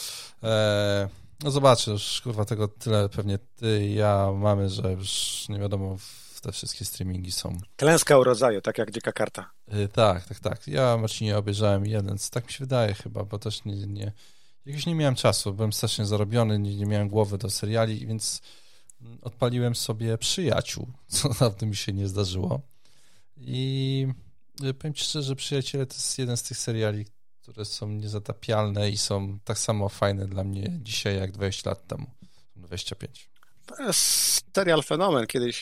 A: no zobaczę, już kurwa tego tyle pewnie ty i ja mamy, że już nie wiadomo, te wszystkie streamingi są.
B: Klęska urodzaju, tak jak Dzika Karta.
A: Tak. Ja, Marcinie, obejrzałem jeden, tak mi się wydaje chyba, bo też jakoś nie miałem czasu, byłem strasznie zarobiony, nie miałem głowy do seriali, więc odpaliłem sobie Przyjaciół, co naprawdę mi się nie zdarzyło. I powiem ci szczerze, że Przyjaciele to jest jeden z tych seriali, które są niezatapialne i są tak samo fajne dla mnie dzisiaj, jak 20 lat temu, 25.
B: To jest serial fenomen. Kiedyś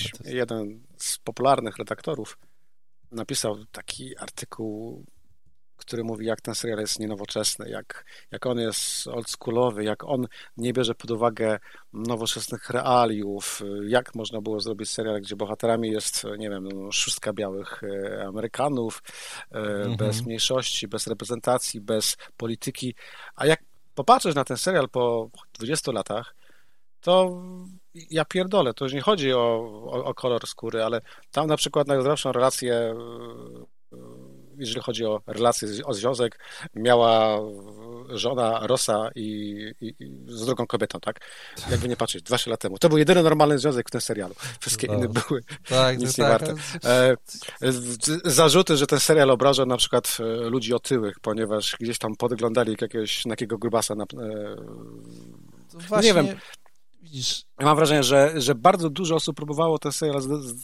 B: jeden z popularnych redaktorów napisał taki artykuł który mówi, jak ten serial jest nienowoczesny, jak on jest oldschoolowy, jak on nie bierze pod uwagę nowoczesnych realiów, jak można było zrobić serial, gdzie bohaterami jest, nie wiem, szóstka białych Amerykanów, bez mniejszości, bez reprezentacji, bez polityki. A jak popatrzysz na ten serial po 20 latach, to ja pierdolę, to już nie chodzi o kolor skóry, ale tam na przykład najzdrowszą relację, jeżeli chodzi o relację, o związek, miała żona Rossa i z drugą kobietą, tak? Jakby nie patrzeć, 2 lata temu. To był jedyny normalny związek w tym serialu. Wszystkie inne były nic nie warte. Zarzuty, że ten serial obraża na przykład ludzi otyłych, ponieważ gdzieś tam podglądali jakiegoś nakiego grubasa
A: właśnie...
B: Nie wiem. Widzisz, ja mam wrażenie, że bardzo dużo osób próbowało ten serial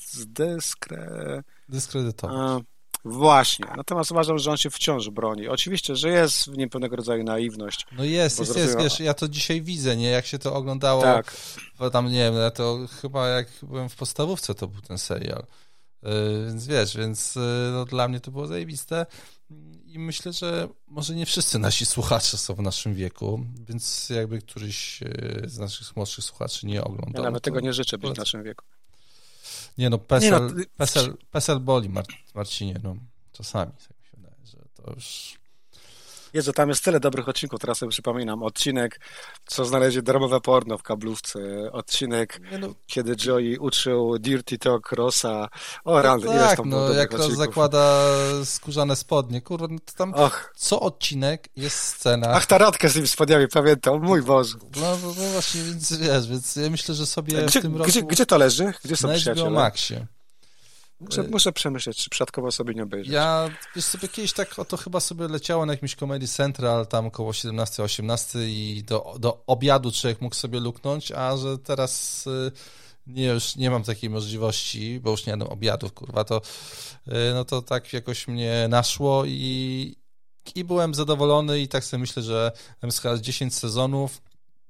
A: dyskredytować.
B: Właśnie. Natomiast uważam, że on się wciąż broni. Oczywiście, że jest w nim pewnego rodzaju naiwność.
A: No jest, wiesz, ja to dzisiaj widzę, nie? Jak się to oglądało,
B: tak.
A: Bo tam, nie wiem, ja to chyba jak byłem w podstawówce, to był ten serial. Więc wiesz, no, dla mnie to było zajebiste i myślę, że może nie wszyscy nasi słuchacze są w naszym wieku, więc jakby któryś z naszych młodszych słuchaczy nie oglądał.
B: Ja nawet tego nie życzę być w naszym wieku.
A: Nie no, PESEL boli, Marcinie, no czasami tak mi się wydaje, że to już...
B: Jezu, tam jest tyle dobrych odcinków, teraz sobie przypominam. Odcinek, co znaleźli darmowe porno w kablówce. Odcinek, kiedy Joey uczył Dirty Talk Rossa. O, rany,
A: no tak, no jak Ross zakłada skórzane spodnie. Kurwa, no to tam co odcinek jest scena.
B: Ach, ta Radka z tymi spodniami, pamiętam, mój Boże.
A: No właśnie, więc wiesz, więc ja myślę, że sobie w tym roku...
B: Gdzie to leży? Gdzie są
A: na
B: przyjaciele?
A: HBO Maxie.
B: Muszę przemyśleć, czy przypadkowo sobie nie obejrzeć.
A: Ja, wiesz, sobie kiedyś tak oto chyba sobie leciało na jakimś Comedy Central, tam około 17-18 i do obiadu człowiek mógł sobie luknąć, a że teraz już nie mam takiej możliwości, bo już nie jadłem obiadów, kurwa, to no to tak jakoś mnie naszło i byłem zadowolony i tak sobie myślę, że tam jest chyba 10 sezonów.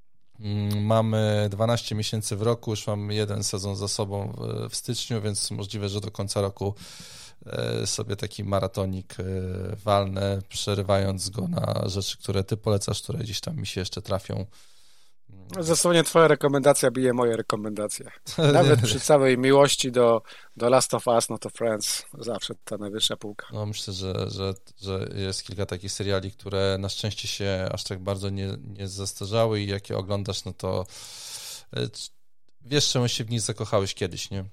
A: Mamy 12 miesięcy w roku, już mam 1 sezon za sobą w styczniu, więc możliwe, że do końca roku sobie taki maratonik walnę, przerywając go na rzeczy, które ty polecasz, które gdzieś tam mi się jeszcze trafią.
B: Zresztą twoja rekomendacja bije moje rekomendacje. Nawet przy całej miłości do Last of Us, no to Friends zawsze ta najwyższa półka.
A: No myślę, że jest kilka takich seriali, które na szczęście się aż tak bardzo nie zestarzały i jak je oglądasz, no to wiesz, czemu się w nich zakochałeś kiedyś, nie?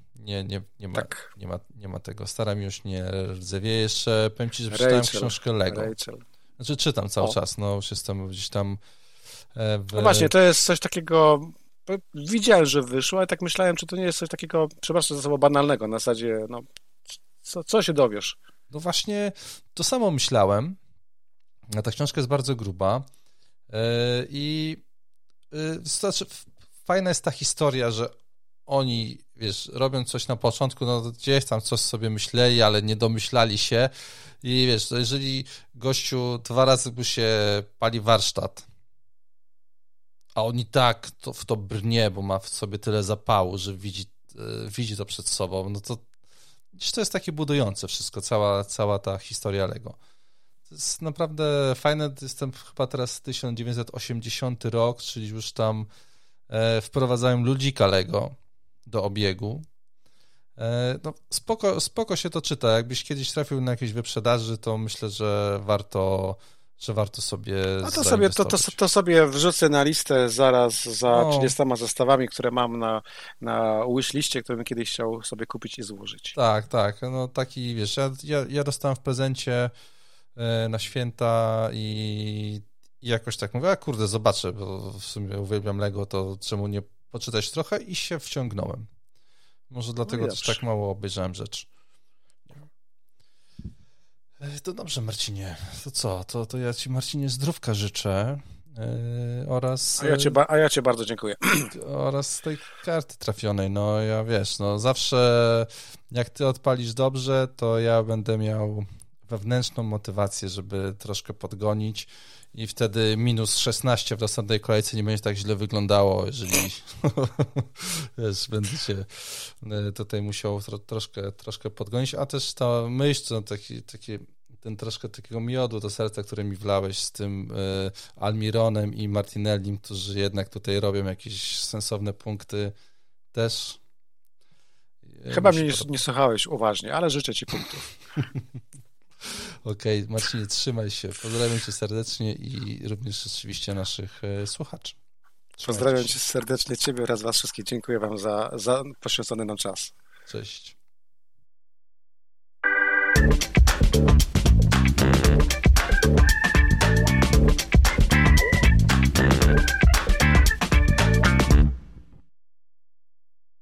A: Nie ma tego. Stara mi już nie rdzewieje. Jeszcze powiem ci, że przeczytałem książkę Lego. Znaczy czytam cały czas, no już jestem gdzieś tam
B: No właśnie, to jest coś takiego, widziałem, że wyszło, ale tak myślałem, czy to nie jest coś takiego, przepraszam za słowo, banalnego, na zasadzie, no, co się dowiesz?
A: No właśnie, to samo myślałem, a ta książka jest bardzo gruba i znaczy, fajna jest ta historia, że oni, wiesz, robią coś na początku, no gdzieś tam coś sobie myśleli, ale nie domyślali się i wiesz, to jeżeli gościu 2 razy mu się pali warsztat, a on i tak w to brnie, bo ma w sobie tyle zapału, że widzi to przed sobą, no to jest takie budujące wszystko, cała ta historia Lego. To jest naprawdę fajne, jestem chyba teraz 1980 rok, czyli już tam wprowadzają ludzika Lego do obiegu. No, spoko się to czyta. Jakbyś kiedyś trafił na jakieś wyprzedaży, to myślę, że warto sobie
B: to sobie wrzucę na listę zaraz za 30 zestawami, które mam na wishliście, które bym kiedyś chciał sobie kupić i złożyć.
A: Tak. No taki, wiesz, ja dostałem w prezencie na święta i jakoś tak mówię, kurde, zobaczę, bo w sumie uwielbiam Lego, to czemu nie poczytać trochę i się wciągnąłem. Może dlatego też tak mało obejrzałem rzeczy. To dobrze, Marcinie. To co? To ja ci, Marcinie, zdrówka życzę oraz...
B: A ja cię bardzo dziękuję.
A: Oraz tej karty trafionej. No ja wiesz, no zawsze jak ty odpalisz dobrze, to ja będę miał wewnętrzną motywację, żeby troszkę podgonić i wtedy -16 w następnej kolejce nie będzie tak źle wyglądało, jeżeli wiesz, będę się tutaj musiał troszkę podgonić, a też ta myśl, to takie ten troszkę takiego miodu do serca, który mi wlałeś z tym Almironem i Martinellim, którzy jednak tutaj robią jakieś sensowne punkty też.
B: Chyba mnie nie słuchałeś uważnie, ale życzę ci punktów.
A: Okej, Marcinie, trzymaj się. Pozdrawiam cię serdecznie i również oczywiście naszych słuchaczy.
B: Pozdrawiam cię serdecznie, ciebie oraz was wszystkich. Dziękuję wam za poświęcony nam czas.
A: Cześć.